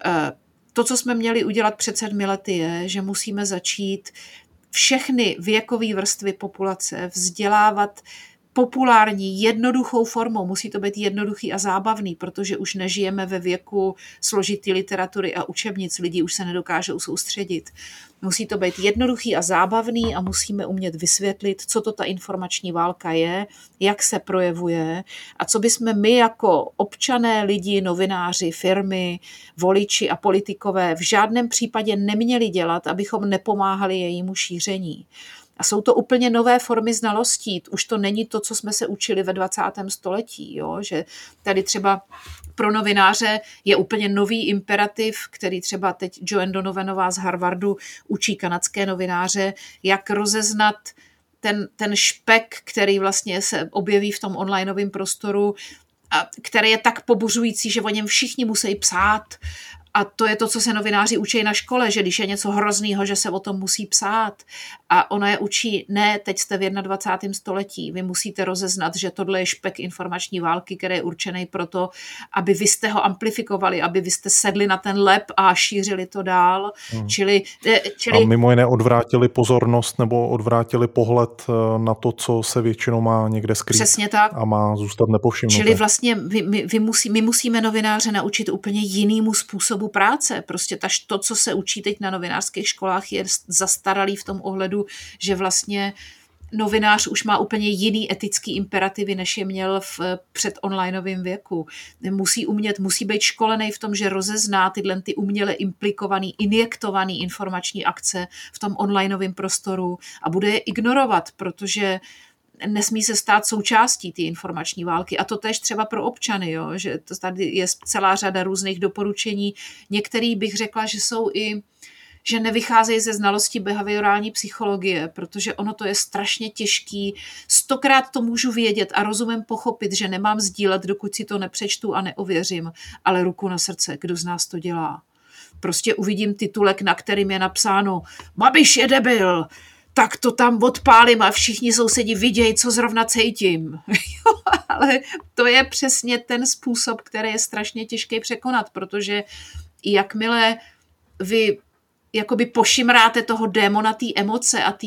To, co jsme měli udělat před 7 lety, je, že musíme začít všechny věkové vrstvy populace vzdělávat populární, jednoduchou formou. Musí to být jednoduchý a zábavný, protože už nežijeme ve věku složitý literatury a učebnic. Lidi už se nedokážou soustředit. Musí to být jednoduchý a zábavný a musíme umět vysvětlit, co to ta informační válka je, jak se projevuje a co bychom my jako občané, lidi, novináři, firmy, voliči a politikové v žádném případě neměli dělat, abychom nepomáhali jejímu šíření. A jsou to úplně nové formy znalostí. Už to není to, co jsme se učili ve 20. století. Jo? Že tady třeba pro novináře je úplně nový imperativ, který třeba teď Joanne Donovanová z Harvardu učí kanadské novináře, jak rozeznat ten špek, který vlastně se objeví v tom onlineovém prostoru, a který je tak pobuřující, že o něm všichni musí psát. A to je to, co se novináři učí na škole, že když je něco hroznýho, že se o tom musí psát. A ona je učí, ne, teď jste v 21. století, vy musíte rozeznat, že tohle je špek informační války, který je určený proto, aby vy jste ho amplifikovali, aby vy jste sedli na ten lep a šířili to dál. Čili a mimo jiné odvrátili pozornost nebo odvrátili pohled na to, co se většinou má někde skrýt. Přesně tak. A má zůstat nepovšimnuté. Čili vlastně my musíme novináře naučit úplně jinému způsobu práce. Prostě to, co se učí teď na novinářských školách, je zastaralý v tom ohledu, že vlastně novinář už má úplně jiný etický imperativy, než je měl v před onlineovém věku. Musí být školený v tom, že rozezná tyhle ty uměle implikovaný, injektovaný informační akce v tom onlineovém prostoru a bude je ignorovat, protože nesmí se stát součástí té informační války. A to též třeba pro občany, jo? Že to tady je celá řada různých doporučení. Některý bych řekla, že jsou i, že nevycházejí ze znalosti behaviorální psychologie, protože ono to je strašně těžký. 100krát to můžu vědět a rozumem pochopit, že nemám sdílet, dokud si to nepřečtu a neověřím. Ale ruku na srdce, kdo z nás to dělá? Prostě uvidím titulek, na kterým je napsáno Babiš je debil, tak to tam odpálím a všichni sousedi vidějí, co zrovna cítím. Ale to je přesně ten způsob, který je strašně těžký překonat, protože jakmile vy jakoby pošimráte toho démona, té emoce a té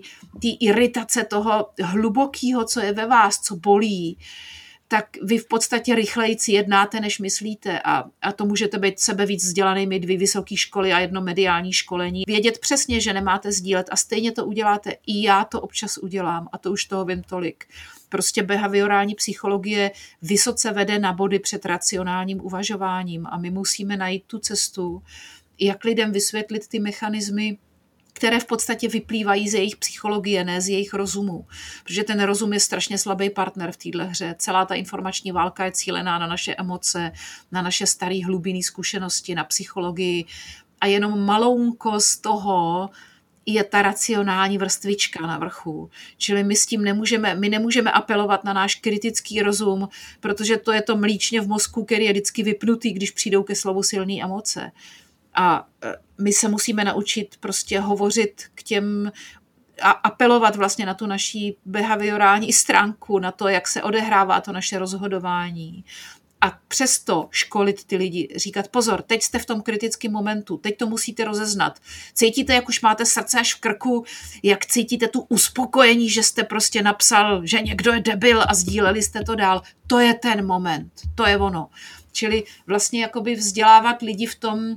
iritace toho hlubokého, co je ve vás, co bolí, tak vy v podstatě rychlejc jednáte, než myslíte a to můžete být sebevíc vzdělaný, mít 2 vysoké školy a 1 mediální školení. Vědět přesně, že nemáte sdílet a stejně to uděláte. I já to občas udělám a to už toho vím tolik. Prostě behaviorální psychologie vysoce vede na body před racionálním uvažováním a my musíme najít tu cestu, jak lidem vysvětlit ty mechanismy, které v podstatě vyplývají z jejich psychologie, ne z jejich rozumu. Protože ten rozum je strašně slabý partner v téhle hře. Celá ta informační válka je cílená na naše emoce, na naše staré hlubinné zkušenosti, na psychologii a jenom malounko z toho je ta racionální vrstvička na vrchu. Čili my nemůžeme apelovat na náš kritický rozum, protože to je to mlíčně v mozku, který je vždycky vypnutý, když přijdou ke slovu silné emoce. A my se musíme naučit prostě hovořit k těm a apelovat vlastně na tu naší behaviorální stránku, na to, jak se odehrává to naše rozhodování. A přesto školit ty lidi, říkat pozor, teď jste v tom kritickém momentu, teď to musíte rozeznat. Cítíte, jak už máte srdce až v krku, jak cítíte tu uspokojení, že jste prostě napsal, že někdo je debil a sdíleli jste to dál. To je ten moment, to je ono. Čili vlastně jakoby vzdělávat lidi v tom,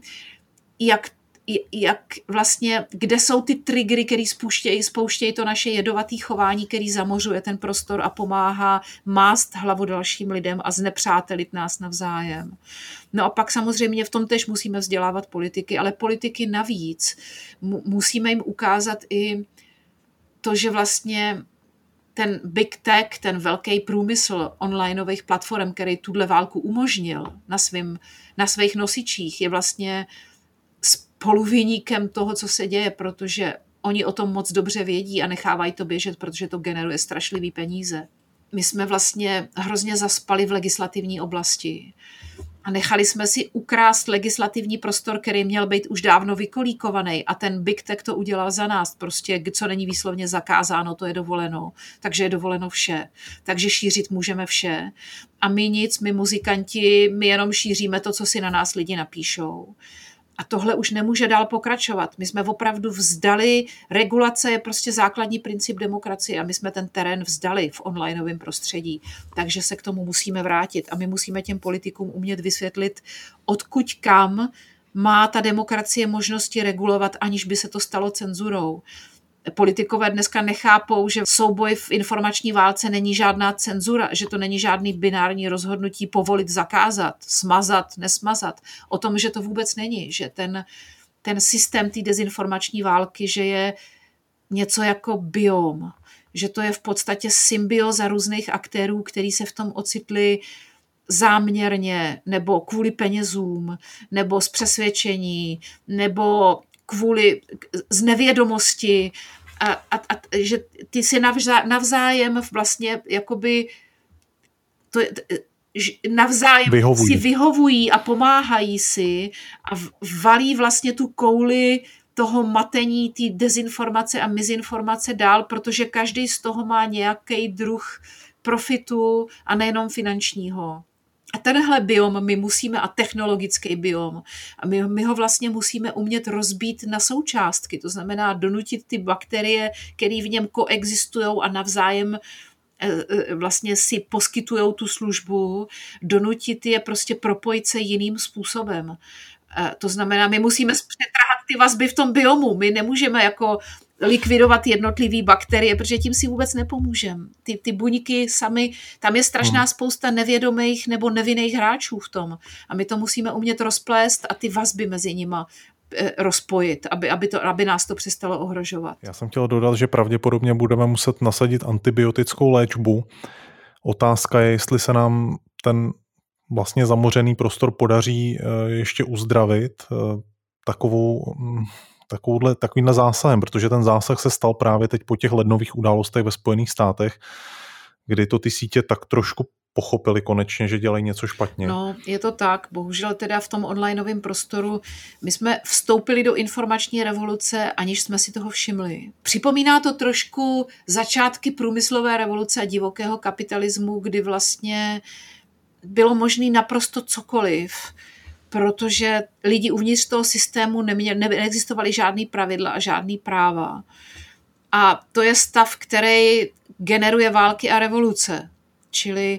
jak vlastně, kde jsou ty triggery, které spouštějí to naše jedovatý chování, který zamořuje ten prostor a pomáhá mást hlavu dalším lidem a znepřátelit nás navzájem. No a pak samozřejmě v tom též musíme vzdělávat politiky, ale politiky navíc musíme jim ukázat i to, že vlastně ten big tech, ten velký průmysl onlineových platform, který tuhle válku umožnil na svých nosičích, je vlastně spoluviníkem toho, co se děje, protože oni o tom moc dobře vědí a nechávají to běžet, protože to generuje strašlivý peníze. My jsme vlastně hrozně zaspali v legislativní oblasti a nechali jsme si ukrást legislativní prostor, který měl být už dávno vykolíkovaný a ten Big Tech to udělal za nás. Prostě co není výslovně zakázáno, to je dovoleno. Takže je dovoleno vše. Takže šířit můžeme vše. A my nic, my muzikanti, my jenom šíříme to, co si na nás lidi napíšou. A tohle už nemůže dál pokračovat. My jsme opravdu vzdali, regulace je prostě základní princip demokracie a my jsme ten terén vzdali v onlineovém prostředí. Takže se k tomu musíme vrátit a my musíme těm politikům umět vysvětlit, odkud kam má ta demokracie možnosti regulovat, aniž by se to stalo cenzurou. Politikové dneska nechápou, že souboj v informační válce není žádná cenzura, že to není žádný binární rozhodnutí povolit, zakázat, smazat, nesmazat. O tom, že to vůbec není, že ten systém té dezinformační války, že je něco jako biom, že to je v podstatě symbioza různých aktérů, který se v tom ocitli záměrně, nebo kvůli penězům, nebo z přesvědčení, nebo kvůli z nevědomosti a že ty si navzájem vlastně jakoby navzájem si vyhovují a pomáhají si a valí vlastně tu kouli toho matení, té dezinformace a mizinformace dál, protože každý z toho má nějaký druh profitu a nejenom finančního. A tenhle biom my musíme, a technologický biom, a my ho vlastně musíme umět rozbít na součástky, to znamená donutit ty bakterie, které v něm koexistují a navzájem vlastně si poskytují tu službu, donutit je prostě propojit se jiným způsobem. To znamená, my musíme přetrhat ty vazby v tom biomu, my nemůžeme jako likvidovat jednotlivý bakterie, protože tím si vůbec nepomůžeme. Ty buňky sami, tam je strašná spousta nevědomých nebo nevinných hráčů v tom. A my to musíme umět rozplést a ty vazby mezi nima rozpojit, aby nás to přestalo ohrožovat. Já jsem chtěl dodat, že pravděpodobně budeme muset nasadit antibiotickou léčbu. Otázka je, jestli se nám ten vlastně zamořený prostor podaří ještě uzdravit takovýmhle zásahem, protože ten zásah se stal právě teď po těch lednových událostech ve Spojených státech, kdy to ty sítě tak trošku pochopili konečně, že dělají něco špatně. No, je to tak. Bohužel teda v tom onlineovém prostoru my jsme vstoupili do informační revoluce, aniž jsme si toho všimli. Připomíná to trošku začátky průmyslové revoluce a divokého kapitalismu, kdy vlastně bylo možné naprosto cokoliv, protože lidi uvnitř toho systému neexistovaly žádný pravidla a žádný práva. A to je stav, který generuje války a revoluce. Čili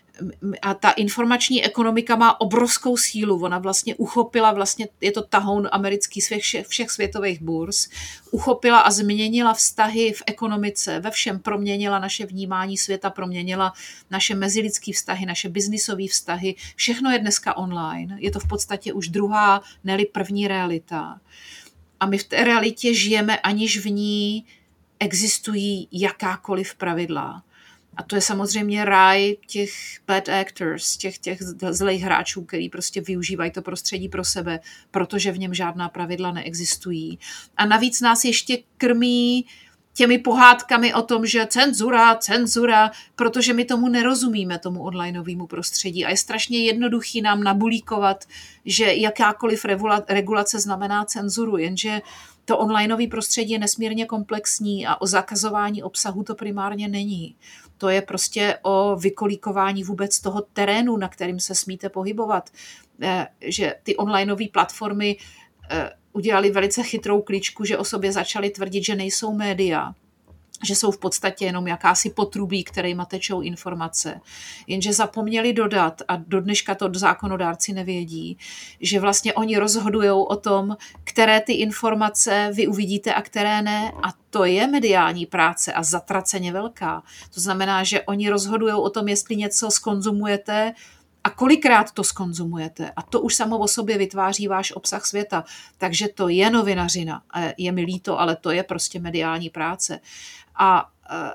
a ta informační ekonomika má obrovskou sílu. Ona vlastně uchopila, vlastně je to tahoun americký všech světových burz, uchopila a změnila vztahy v ekonomice, ve všem proměnila naše vnímání světa, proměnila naše mezilidský vztahy, naše biznisové vztahy. Všechno je dneska online. Je to v podstatě už druhá, ne-li první realita. A my v té realitě žijeme, aniž v ní existují jakákoliv pravidla. A to je samozřejmě ráj těch bad actors, těch zlých hráčů, který prostě využívají to prostředí pro sebe, protože v něm žádná pravidla neexistují. A navíc nás ještě krmí těmi pohádkami o tom, že cenzura, protože my tomu nerozumíme, tomu onlineovému prostředí. A je strašně jednoduchý nám nabulíkovat, že jakákoliv regulace znamená cenzuru, jenže to onlineové prostředí je nesmírně komplexní a o zakazování obsahu to primárně není. To je prostě o vykolíkování vůbec toho terénu, na kterým se smíte pohybovat. Že ty onlineové platformy udělali velice chytrou kličku, že o sobě začali tvrdit, že nejsou média, že jsou v podstatě jenom jakási potrubí, kterejma tečou informace. Jenže zapomněli dodat, a do dneška to zákonodárci nevědí, že vlastně oni rozhodujou o tom, které ty informace vy uvidíte a které ne. A to je mediální práce a zatraceně velká. To znamená, že oni rozhodují o tom, jestli něco zkonzumujete a kolikrát to zkonzumujete. A to už samo o sobě vytváří váš obsah světa. Takže to je novinařina. Je mi líto, ale to je prostě mediální práce. A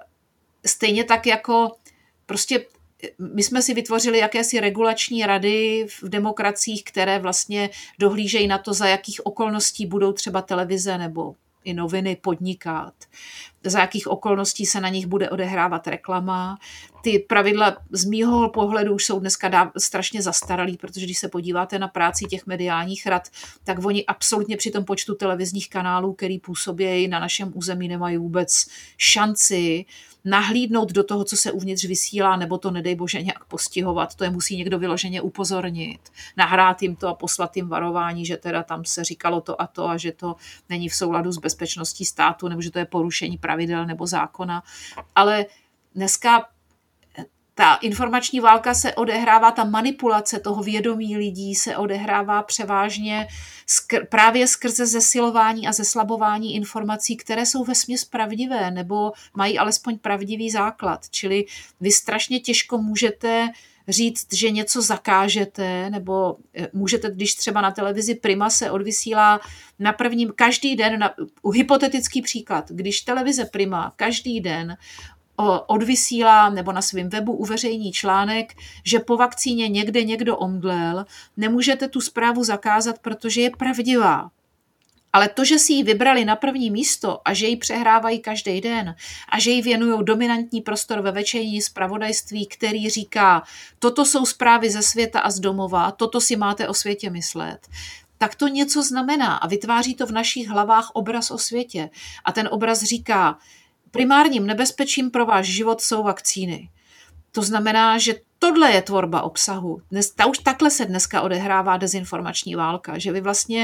stejně tak jako prostě my jsme si vytvořili jakési regulační rady v demokraciích, které vlastně dohlížejí na to, za jakých okolností budou třeba televize nebo i noviny podnikat, za jakých okolností se na nich bude odehrávat reklama. Ty pravidla z mýho pohledu už jsou dneska strašně zastaralý, protože když se podíváte na práci těch mediálních rad, tak oni absolutně při tom počtu televizních kanálů, který působí na našem území, nemají vůbec šanci nahlídnout do toho, co se uvnitř vysílá, nebo to nedej bože nějak postihovat. To je musí někdo vyloženě upozornit, nahrát jim to a poslat jim varování, že teda tam se říkalo to a že to není v souladu s bezpečností státu, nebo že to je porušení pravidel nebo zákona. Ale dneska ta informační válka se odehrává, ta manipulace toho vědomí lidí se odehrává převážně právě skrze zesilování a zeslabování informací, které jsou vesměs pravdivé nebo mají alespoň pravdivý základ. Čili vy strašně těžko můžete říct, že něco zakážete, nebo můžete, když třeba na televizi Prima se odvysílá na prvním každý den, hypotetický příklad, když televize Prima každý den odvysílá nebo na svém webu uveřejní článek, že po vakcíně někde někdo omdlel, nemůžete tu zprávu zakázat, protože je pravdivá. Ale to, že si ji vybrali na první místo a že ji přehrávají každý den a že ji věnují dominantní prostor ve večerní zpravodajství, který říká, toto jsou zprávy ze světa a z domova, toto si máte o světě myslet, tak to něco znamená a vytváří to v našich hlavách obraz o světě. A ten obraz říká, primárním nebezpečím pro váš život jsou vakcíny. To znamená, že tohle je tvorba obsahu. Už takhle se dneska odehrává dezinformační válka, že vy vlastně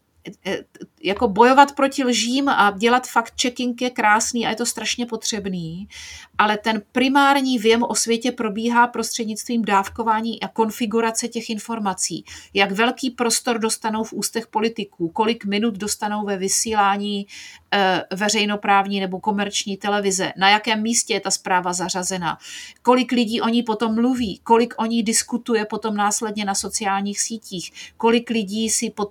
jako bojovat proti lžím a dělat fact-checking je krásný a je to strašně potřebný, ale ten primární věm o světě probíhá prostřednictvím dávkování a konfigurace těch informací. Jak velký prostor dostanou v ústech politiků, kolik minut dostanou ve vysílání veřejnoprávní nebo komerční televize, na jakém místě je ta zpráva zařazena, kolik lidí o ní potom mluví, kolik o ní diskutuje potom následně na sociálních sítích, kolik lidí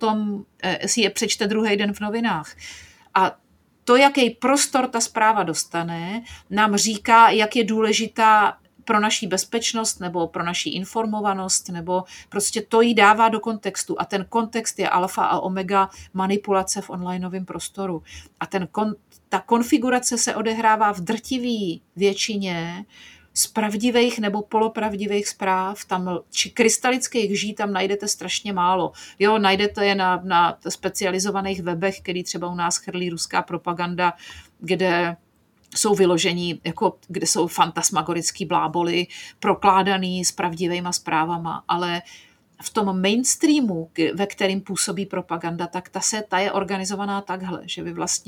si je přečte druhý den v novinách. A to, jaký prostor ta zpráva dostane, nám říká, jak je důležitá pro naši bezpečnost nebo pro naši informovanost, nebo prostě to jí dává do kontextu. A ten kontext je alfa a omega manipulace v onlineovém prostoru. A ta konfigurace se odehrává v drtivé většině z pravdivých nebo polopravdivých zpráv, tam či krystalických lží tam najdete strašně málo. Jo, najdete je na specializovaných webech, který třeba u nás chrlí ruská propaganda, kde jsou vyložení, kde jsou fantasmagorický bláboli prokládaný s pravdivýma zprávama, ale v tom mainstreamu, ve kterým působí propaganda, tak ta je organizovaná takhle, že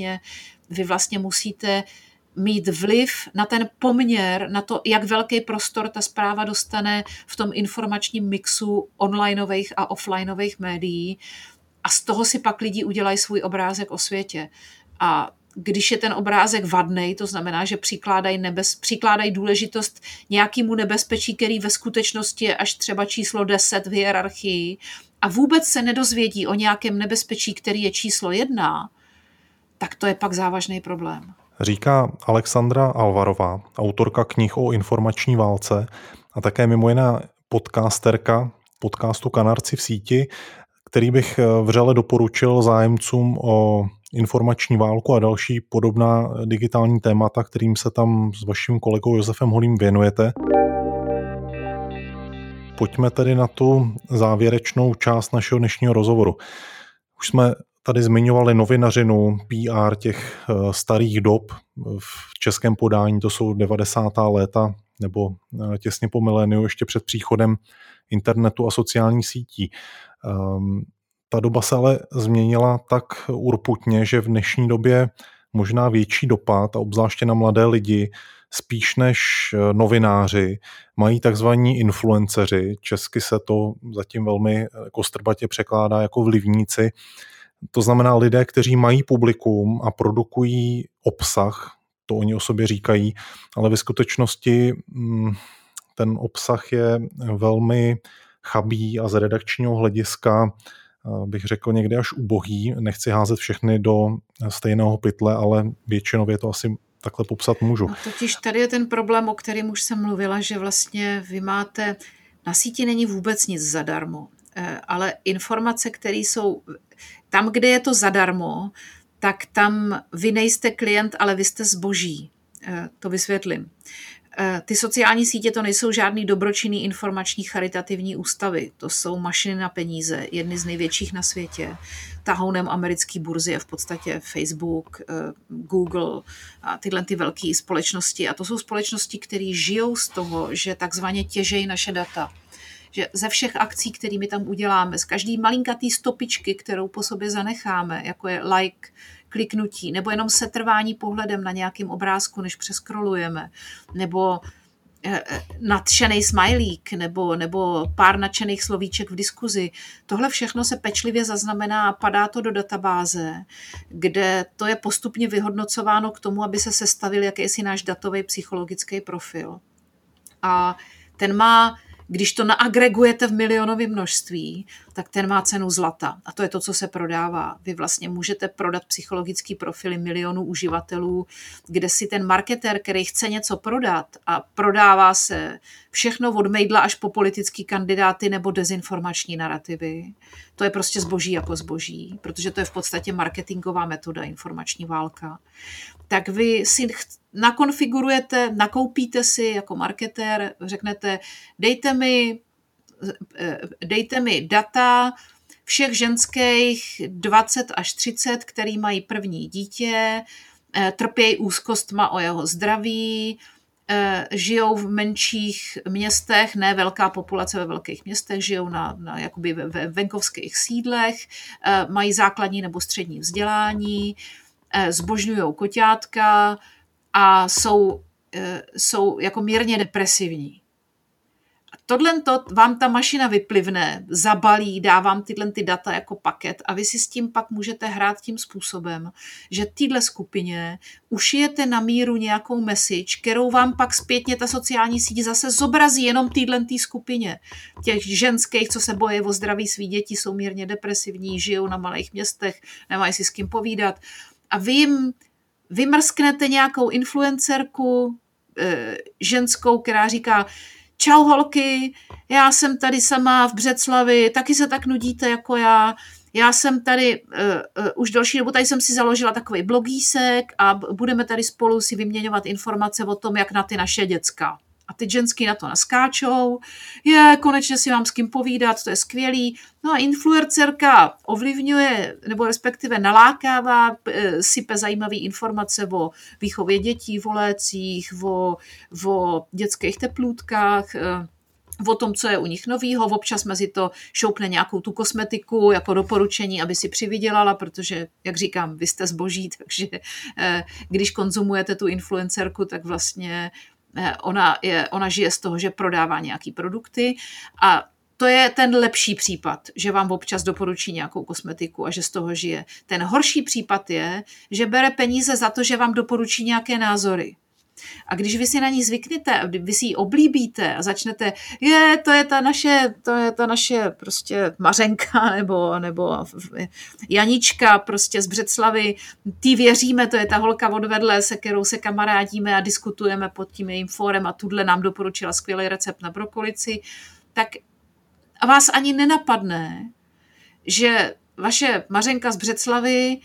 vy vlastně musíte mít vliv na ten poměr, na to, jak velký prostor ta zpráva dostane v tom informačním mixu onlineových a offlineových médií a z toho si pak lidi udělají svůj obrázek o světě. A když je ten obrázek vadnej, to znamená, že přikládají důležitost nějakému nebezpečí, který ve skutečnosti je až třeba číslo 10 v hierarchii a vůbec se nedozvědí o nějakém nebezpečí, který je číslo 1, tak to je pak závažný problém. Říká Alexandra Alvarová, autorka knih o informační válce a také mimo jiné podcasterka podcastu Kanarci v síti, který bych vřele doporučil zájemcům o informační válku a další podobná digitální témata, kterým se tam s vaším kolegou Josefem Holým věnujete. Pojďme tedy na tu závěrečnou část našeho dnešního rozhovoru. Už jsme tady zmiňovali novinařinu, PR těch starých dob v českém podání, to jsou 90. léta nebo těsně po miléniu, ještě před příchodem internetu a sociálních sítí. Ta doba se ale změnila tak urputně, že v dnešní době možná větší dopad, a obzvláště na mladé lidi, spíš než novináři, mají takzvaní influenceři. Česky se to zatím velmi kostrbatě překládá jako vlivníci. To znamená lidé, kteří mají publikum a produkují obsah, to oni o sobě říkají, ale ve skutečnosti ten obsah je velmi chabý a z redakčního hlediska bych řekl někdy až ubohý. Nechci házet všechny do stejného pytle, ale většinově to asi takhle popsat můžu. No, totiž tady je ten problém, o kterém už jsem mluvila, že vlastně vy máte, na síti není vůbec nic zadarmo, ale informace, které jsou tam, kde je to zadarmo, tak tam vy nejste klient, ale vy jste zboží. To vysvětlím. Ty sociální sítě to nejsou žádný dobročinný informační charitativní ústavy. To jsou mašiny na peníze, jedny z největších na světě. Tahounem americké burzy je v podstatě Facebook, Google a tyhle ty velké společnosti. A to jsou společnosti, které žijou z toho, že takzvaně těžejí naše data. Že ze všech akcí, kterými tam uděláme, z každý malinkatý stopičky, kterou po sobě zanecháme, jako je like, kliknutí, nebo jenom setrvání pohledem na nějakým obrázku, než přeskrolujeme, nebo nadšený smajlík, nebo pár nadšených slovíček v diskuzi. Tohle všechno se pečlivě zaznamená a padá to do databáze, kde to je postupně vyhodnocováno k tomu, aby se sestavil jakýsi náš datový psychologický profil. A ten má, když to naagregujete v milionovém množství, tak ten má cenu zlata. A to je to, co se prodává. Vy vlastně můžete prodat psychologický profily milionů uživatelů, kde si ten marketér, který chce něco prodat a prodává se všechno od mejdla až po politický kandidáty nebo dezinformační narrativy. To je prostě zboží jako zboží, protože to je v podstatě marketingová metoda, informační válka. Tak vy si nakonfigurujete, nakoupíte si jako marketér, řeknete, dejte mi data všech ženských 20 až 30, který mají první dítě, trpějí úzkostma o jeho zdraví, žijou v menších městech, ne velká populace ve velkých městech, žijou na jakoby ve venkovských sídlech, mají základní nebo střední vzdělání, zbožňují koťátka a jsou jako mírně depresivní. Tohle vám ta mašina vyplivne, zabalí, dá vám tyhle ty data jako paket a vy si s tím pak můžete hrát tím způsobem, že týhle skupině ušijete na míru nějakou message, kterou vám pak zpětně ta sociální síť zase zobrazí jenom týhle skupině. Těch ženských, co se bojí o zdraví svých dětí, jsou mírně depresivní, žijou na malých městech, nemají si s kým povídat. A vy jim vymrsknete nějakou influencerku ženskou, která říká: čau holky, já jsem tady sama v Břeclavi, taky se tak nudíte jako já. Já jsem tady už delší dobu, tady jsem si založila takový blogísek a budeme tady spolu si vyměňovat informace o tom, jak na ty naše děcka. A ty ženský na to naskáčou, konečně si mám s kým povídat, to je skvělý. No a influencerka ovlivňuje, nebo respektive nalákává, sype zajímavé informace o výchově dětí, o lécích, o dětských teplůtkách, o tom, co je u nich novýho, občas mezi to šoupne nějakou tu kosmetiku jako doporučení, aby si přivydělala, protože, jak říkám, vy jste zboží, takže když konzumujete tu influencerku, tak vlastně ona žije z toho, že prodává nějaký produkty a to je ten lepší případ, že vám občas doporučí nějakou kosmetiku a že z toho žije. Ten horší případ je, že bere peníze za to, že vám doporučí nějaké názory. A když vy si na ní zvyknete, vy si ji oblíbíte a začnete, to je ta naše prostě Mařenka nebo Janička prostě z Břeclavy, ty věříme, to je ta holka od vedle, se kterou se kamarádíme a diskutujeme pod tím jejím fórem a tuhle nám doporučila skvělý recept na brokolici, tak a vás ani nenapadne, že vaše Mařenka z Břeclavy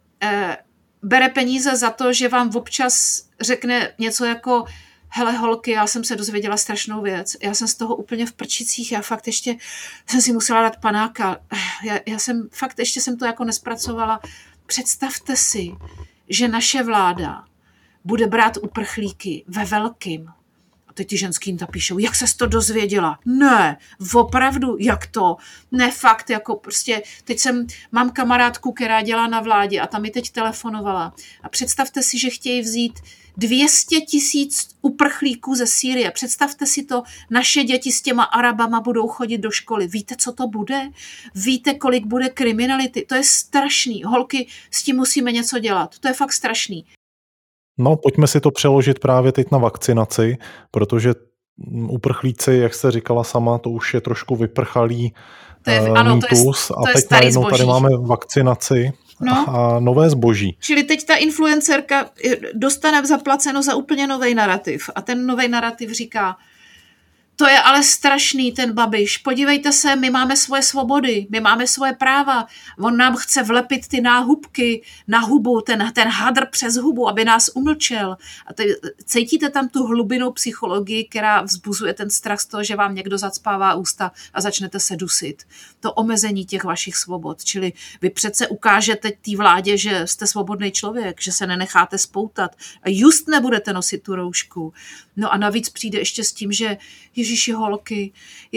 bere peníze za to, že vám občas řekne něco jako: hele holky, já jsem se dozvěděla strašnou věc, já jsem z toho úplně v prčicích, já fakt ještě jsem si musela dát panáka, já jsem fakt ještě jsem to jako nespracovala. Představte si, že naše vláda bude brát uprchlíky ve velkým. A teď ty ženský jim píšou: jak ses to dozvěděla? Ne, opravdu, jak to? Ne, fakt, jako prostě, mám kamarádku, která dělá na vládě a ta mi teď telefonovala. A představte si, že chtějí vzít 200 000 uprchlíků ze Sýrie. Představte si to, naše děti s těma Arabama budou chodit do školy. Víte, co to bude? Víte, kolik bude kriminality? To je strašný. Holky, s tím musíme něco dělat. To je fakt strašný. No, pojďme si to přeložit právě teď na vakcinaci, protože uprchlíci, jak jste říkala sama, to už je trošku vyprchalý mýtus. A teď najednou tady máme vakcinaci a nové zboží. Čili teď ta influencerka dostane zaplaceno za úplně nový narrativ. A ten nový narrativ říká: to je ale strašný, ten Babiš. Podívejte se, my máme svoje svobody, my máme svoje práva. On nám chce vlepit ty náhubky na hubu, ten hadr přes hubu, aby nás umlčel. A cítíte tam tu hlubinou psychologii, která vzbuzuje ten strach z toho, že vám někdo zacpává ústa a začnete se dusit. To omezení těch vašich svobod. Čili vy přece ukážete té vládě, že jste svobodný člověk, že se nenecháte spoutat a just nebudete nosit tu roušku. No a navíc přijde ještě s tím, že Ježíši holky,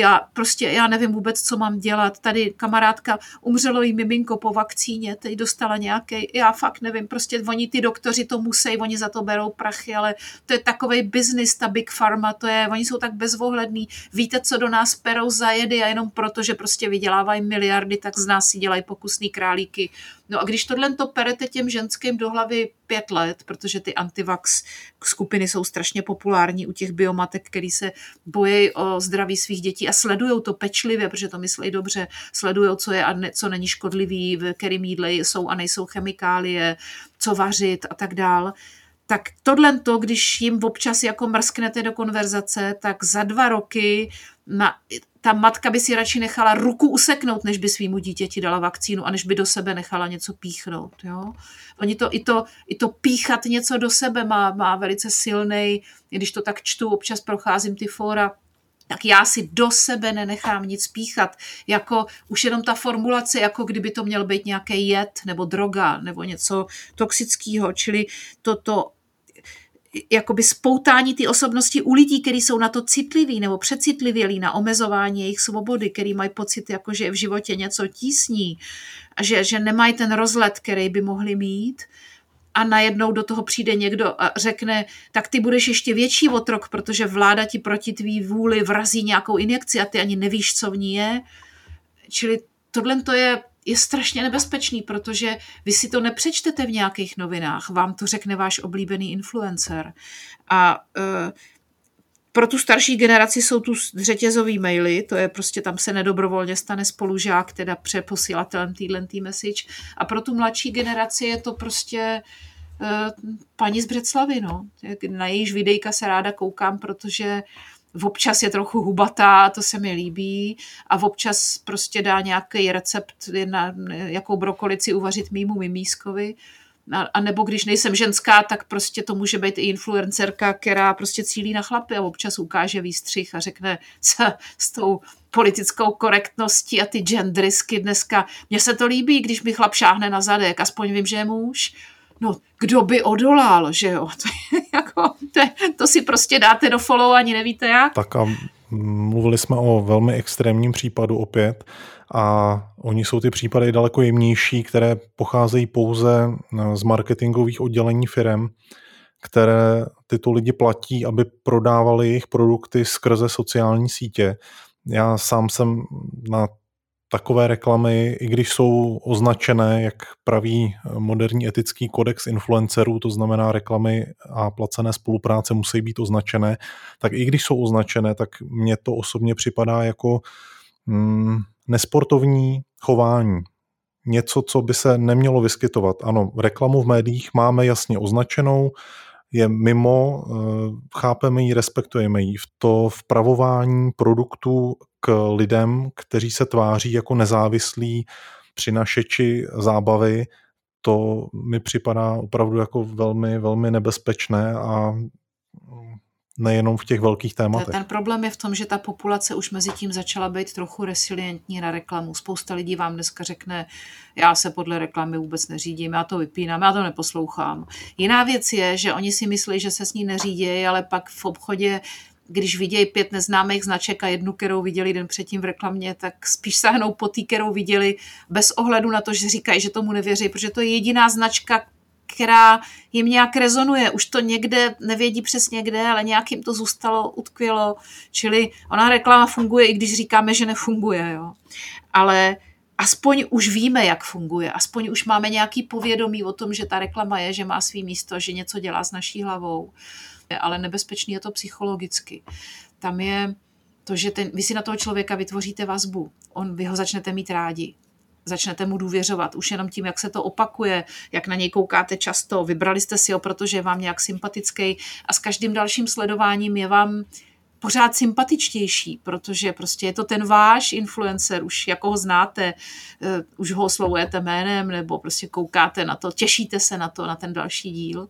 já nevím vůbec, co mám dělat. Tady kamarádka, umřelo jí miminko po vakcíně, teď dostala nějaký, já fakt nevím, prostě oni ty doktoři to musí, oni za to berou prachy, ale to je takovej biznis, ta Big Pharma, oni jsou tak bezohlední. Víte, co do nás perou za jedy a jenom proto, že prostě vydělávají miliardy, tak z nás si dělají pokusný králíky. No a když tohle to perete těm ženským do hlavy 5 let, protože ty antivax skupiny jsou strašně populární u těch biomatek, který se bojí o zdraví svých dětí a sledujou to pečlivě, protože to myslí dobře, sledujou, co je a co není škodlivý, v kterým jídle jsou a nejsou chemikálie, co vařit a tak dál. Tak tohle, když jim občas jako mrsknete do konverzace, tak za 2 roky ta matka by si radši nechala ruku useknout, než by svýmu dítěti dala vakcínu a než by do sebe nechala něco píchnout. Jo? Oni i to píchat něco do sebe má velice silnej, když to tak čtu, občas procházím ty fóra, tak já si do sebe nenechám nic píchat. Jako už jenom ta formulace, jako kdyby to měl být nějaký jed nebo droga nebo něco toxického, čili toto jakoby spoutání ty osobnosti u lidí, kteří jsou na to citliví nebo přecitlivělí na omezování jejich svobody, který mají pocit, jako že v životě něco tísní a že nemají ten rozlet, který by mohli mít, a najednou do toho přijde někdo a řekne, tak ty budeš ještě větší otrok, protože vláda ti proti tvý vůli vrazí nějakou injekci a ty ani nevíš, co v ní je. Čili tohle to je strašně nebezpečný, protože vy si to nepřečtete v nějakých novinách, vám to řekne váš oblíbený influencer. A pro tu starší generaci jsou tu řetězový maily, to je prostě tam se nedobrovolně stane spolužák, teda přeposílatelem týhletý message. A pro tu mladší generaci je to prostě paní z Břeclavy, no. Na jejíž videjka se ráda koukám, protože občas je trochu hubatá, to se mi líbí, a občas prostě dá nějaký recept, jakou brokolici uvařit mýmu mimískovi. A nebo když nejsem ženská, tak prostě to může být i influencerka, která prostě cílí na chlapy a občas ukáže výstřih a řekne s tou politickou korektností a ty genderisky dneska. Mně se to líbí, když mi chlap šáhne na zadek, aspoň vím, že je muž. No, kdo by odolal, že jo? To si prostě dáte do follow, ani nevíte jak. Tak a mluvili jsme o velmi extrémním případu opět a oni jsou ty případy daleko jemnější, které pocházejí pouze z marketingových oddělení firem, které tyto lidi platí, aby prodávali jejich produkty skrze sociální sítě. Já sám jsem na takové reklamy, i když jsou označené, jak praví moderní etický kodex influencerů, to znamená reklamy a placené spolupráce musí být označené, tak i když jsou označené, tak mně to osobně připadá jako nesportovní chování. Něco, co by se nemělo vyskytovat. Ano, reklamu v médiích máme jasně označenou, je mimo, chápeme ji, respektujeme ji. To vpravování produktů k lidem, kteří se tváří jako nezávislí přinašeči zábavy, to mi připadá opravdu jako velmi, velmi nebezpečné a nejenom v těch velkých tématech. Ten problém je v tom, že ta populace už mezi tím začala být trochu resilientní na reklamu. Spousta lidí vám dneska řekne, já se podle reklamy vůbec neřídím, já to vypínám, já to neposlouchám. Jiná věc je, že oni si myslí, že se s ní neřídí, ale pak v obchodě, když vidějí 5 neznámých značek a jednu, kterou viděli den předtím v reklamě, tak spíš sáhnou po té, kterou viděli, bez ohledu na to, že říkají, že tomu nevěří, protože to je jediná značka, která jim nějak rezonuje. Už to někde, nevědí přesně kde, ale nějak jim to zůstalo, utkvělo. Čili ona reklama funguje, i když říkáme, že nefunguje. Jo. Ale aspoň už víme, jak funguje. Aspoň už máme nějaký povědomí o tom, že ta reklama je, že má svý místo, že něco dělá s naší hlavou. Ale nebezpečný je to psychologicky. Tam je to, že vy si na toho člověka vytvoříte vazbu. Vy ho začnete mít rádi. Začnete mu důvěřovat. Už jenom tím, jak se to opakuje, jak na něj koukáte často, vybrali jste si ho, protože je vám nějak sympatický a s každým dalším sledováním je vám pořád sympatičtější, protože prostě je to ten váš influencer, už jako ho znáte, už ho oslovujete jménem, nebo prostě koukáte na to, těšíte se na to, na ten další díl.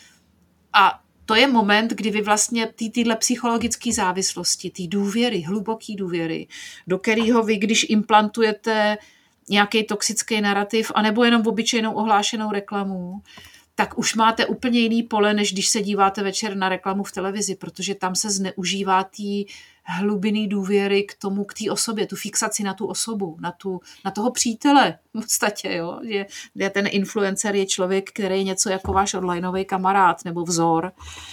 A to je moment, kdy vy vlastně tyhle psychologické závislosti, ty důvěry, hluboký důvěry, do kterého vy, když implantujete nějaký toxický narrativ, anebo jenom obyčejnou ohlášenou reklamu, tak už máte úplně jiný pole, než když se díváte večer na reklamu v televizi, protože tam se zneužívá té hlubinný důvěry k té osobě, tu fixaci na tu osobu, na toho přítele v podstatě, jo? Že ten influencer je člověk, který je něco jako váš onlineový kamarád nebo vzor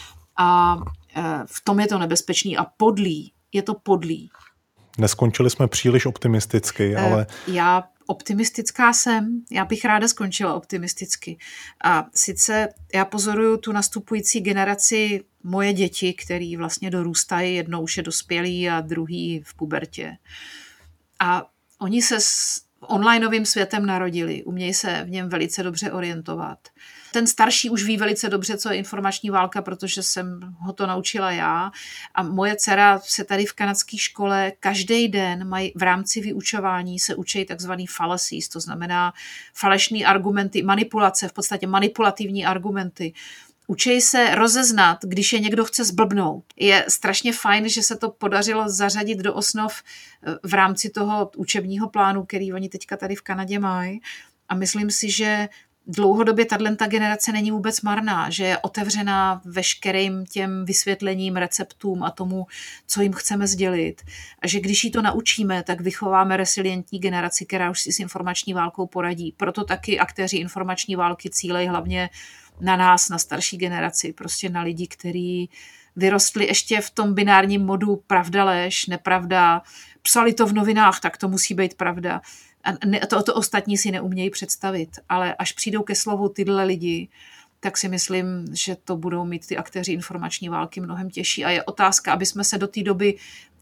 a v tom je to nebezpečný a podlý, je to podlý. Neskončili jsme příliš optimisticky, ale... Optimistická jsem, já bych ráda skončila optimisticky. A sice já pozoruju tu nastupující generaci moje děti, který vlastně dorůstají, jednou už je dospělý a druhý v pubertě. A oni se s onlineovým světem narodili, umějí se v něm velice dobře orientovat. Ten starší už ví velice dobře, co je informační válka, protože jsem ho to naučila já. A moje dcera se tady v kanadské škole každý den mají v rámci vyučování se učí takzvaný fallacies, to znamená falešné argumenty, manipulace, v podstatě manipulativní argumenty. Učí se rozeznat, když je někdo chce zblbnout. Je strašně fajn, že se to podařilo zařadit do osnov v rámci toho učebního plánu, který oni teďka tady v Kanadě mají. A myslím si, že dlouhodobě tato generace není vůbec marná, že je otevřená veškerým těm vysvětlením, receptům a tomu, co jim chceme sdělit. A že když jí to naučíme, tak vychováme resilientní generaci, která už si s informační válkou poradí. Proto taky aktéři informační války cílejí hlavně na nás, na starší generaci, prostě na lidi, kteří vyrostli ještě v tom binárním modu pravda, lež, nepravda, psali to v novinách, tak to musí být pravda. A to ostatní si neumějí představit, ale až přijdou ke slovu tyhle lidi, tak si myslím, že to budou mít ty aktéři informační války mnohem těžší a je otázka, aby jsme se do té doby,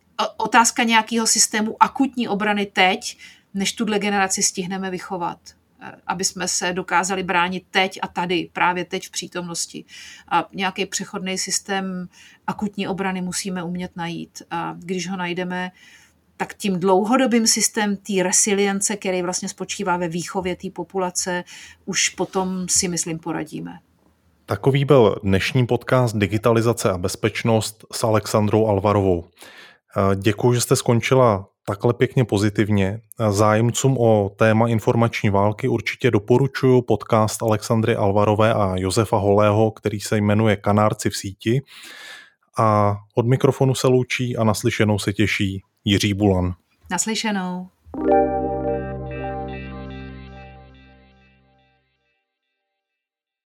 otázka nějakého systému akutní obrany teď, než tuhle generaci stihneme vychovat, aby jsme se dokázali bránit teď a tady, právě teď v přítomnosti. A nějaký přechodný systém akutní obrany musíme umět najít a když ho najdeme, tak tím dlouhodobým systém té resilience, který vlastně spočívá ve výchově té populace, už potom si myslím poradíme. Takový byl dnešní podcast Digitalizace a bezpečnost s Alexandrou Alvarovou. Děkuji, že jste skončila takhle pěkně pozitivně. Zájemcům o téma informační války určitě doporučuji podcast Alexandry Alvarové a Josefa Holého, který se jmenuje Kanárci v síti. A od mikrofonu se loučí a naslyšenou se těší Jiří Bulan. Naslyšenou.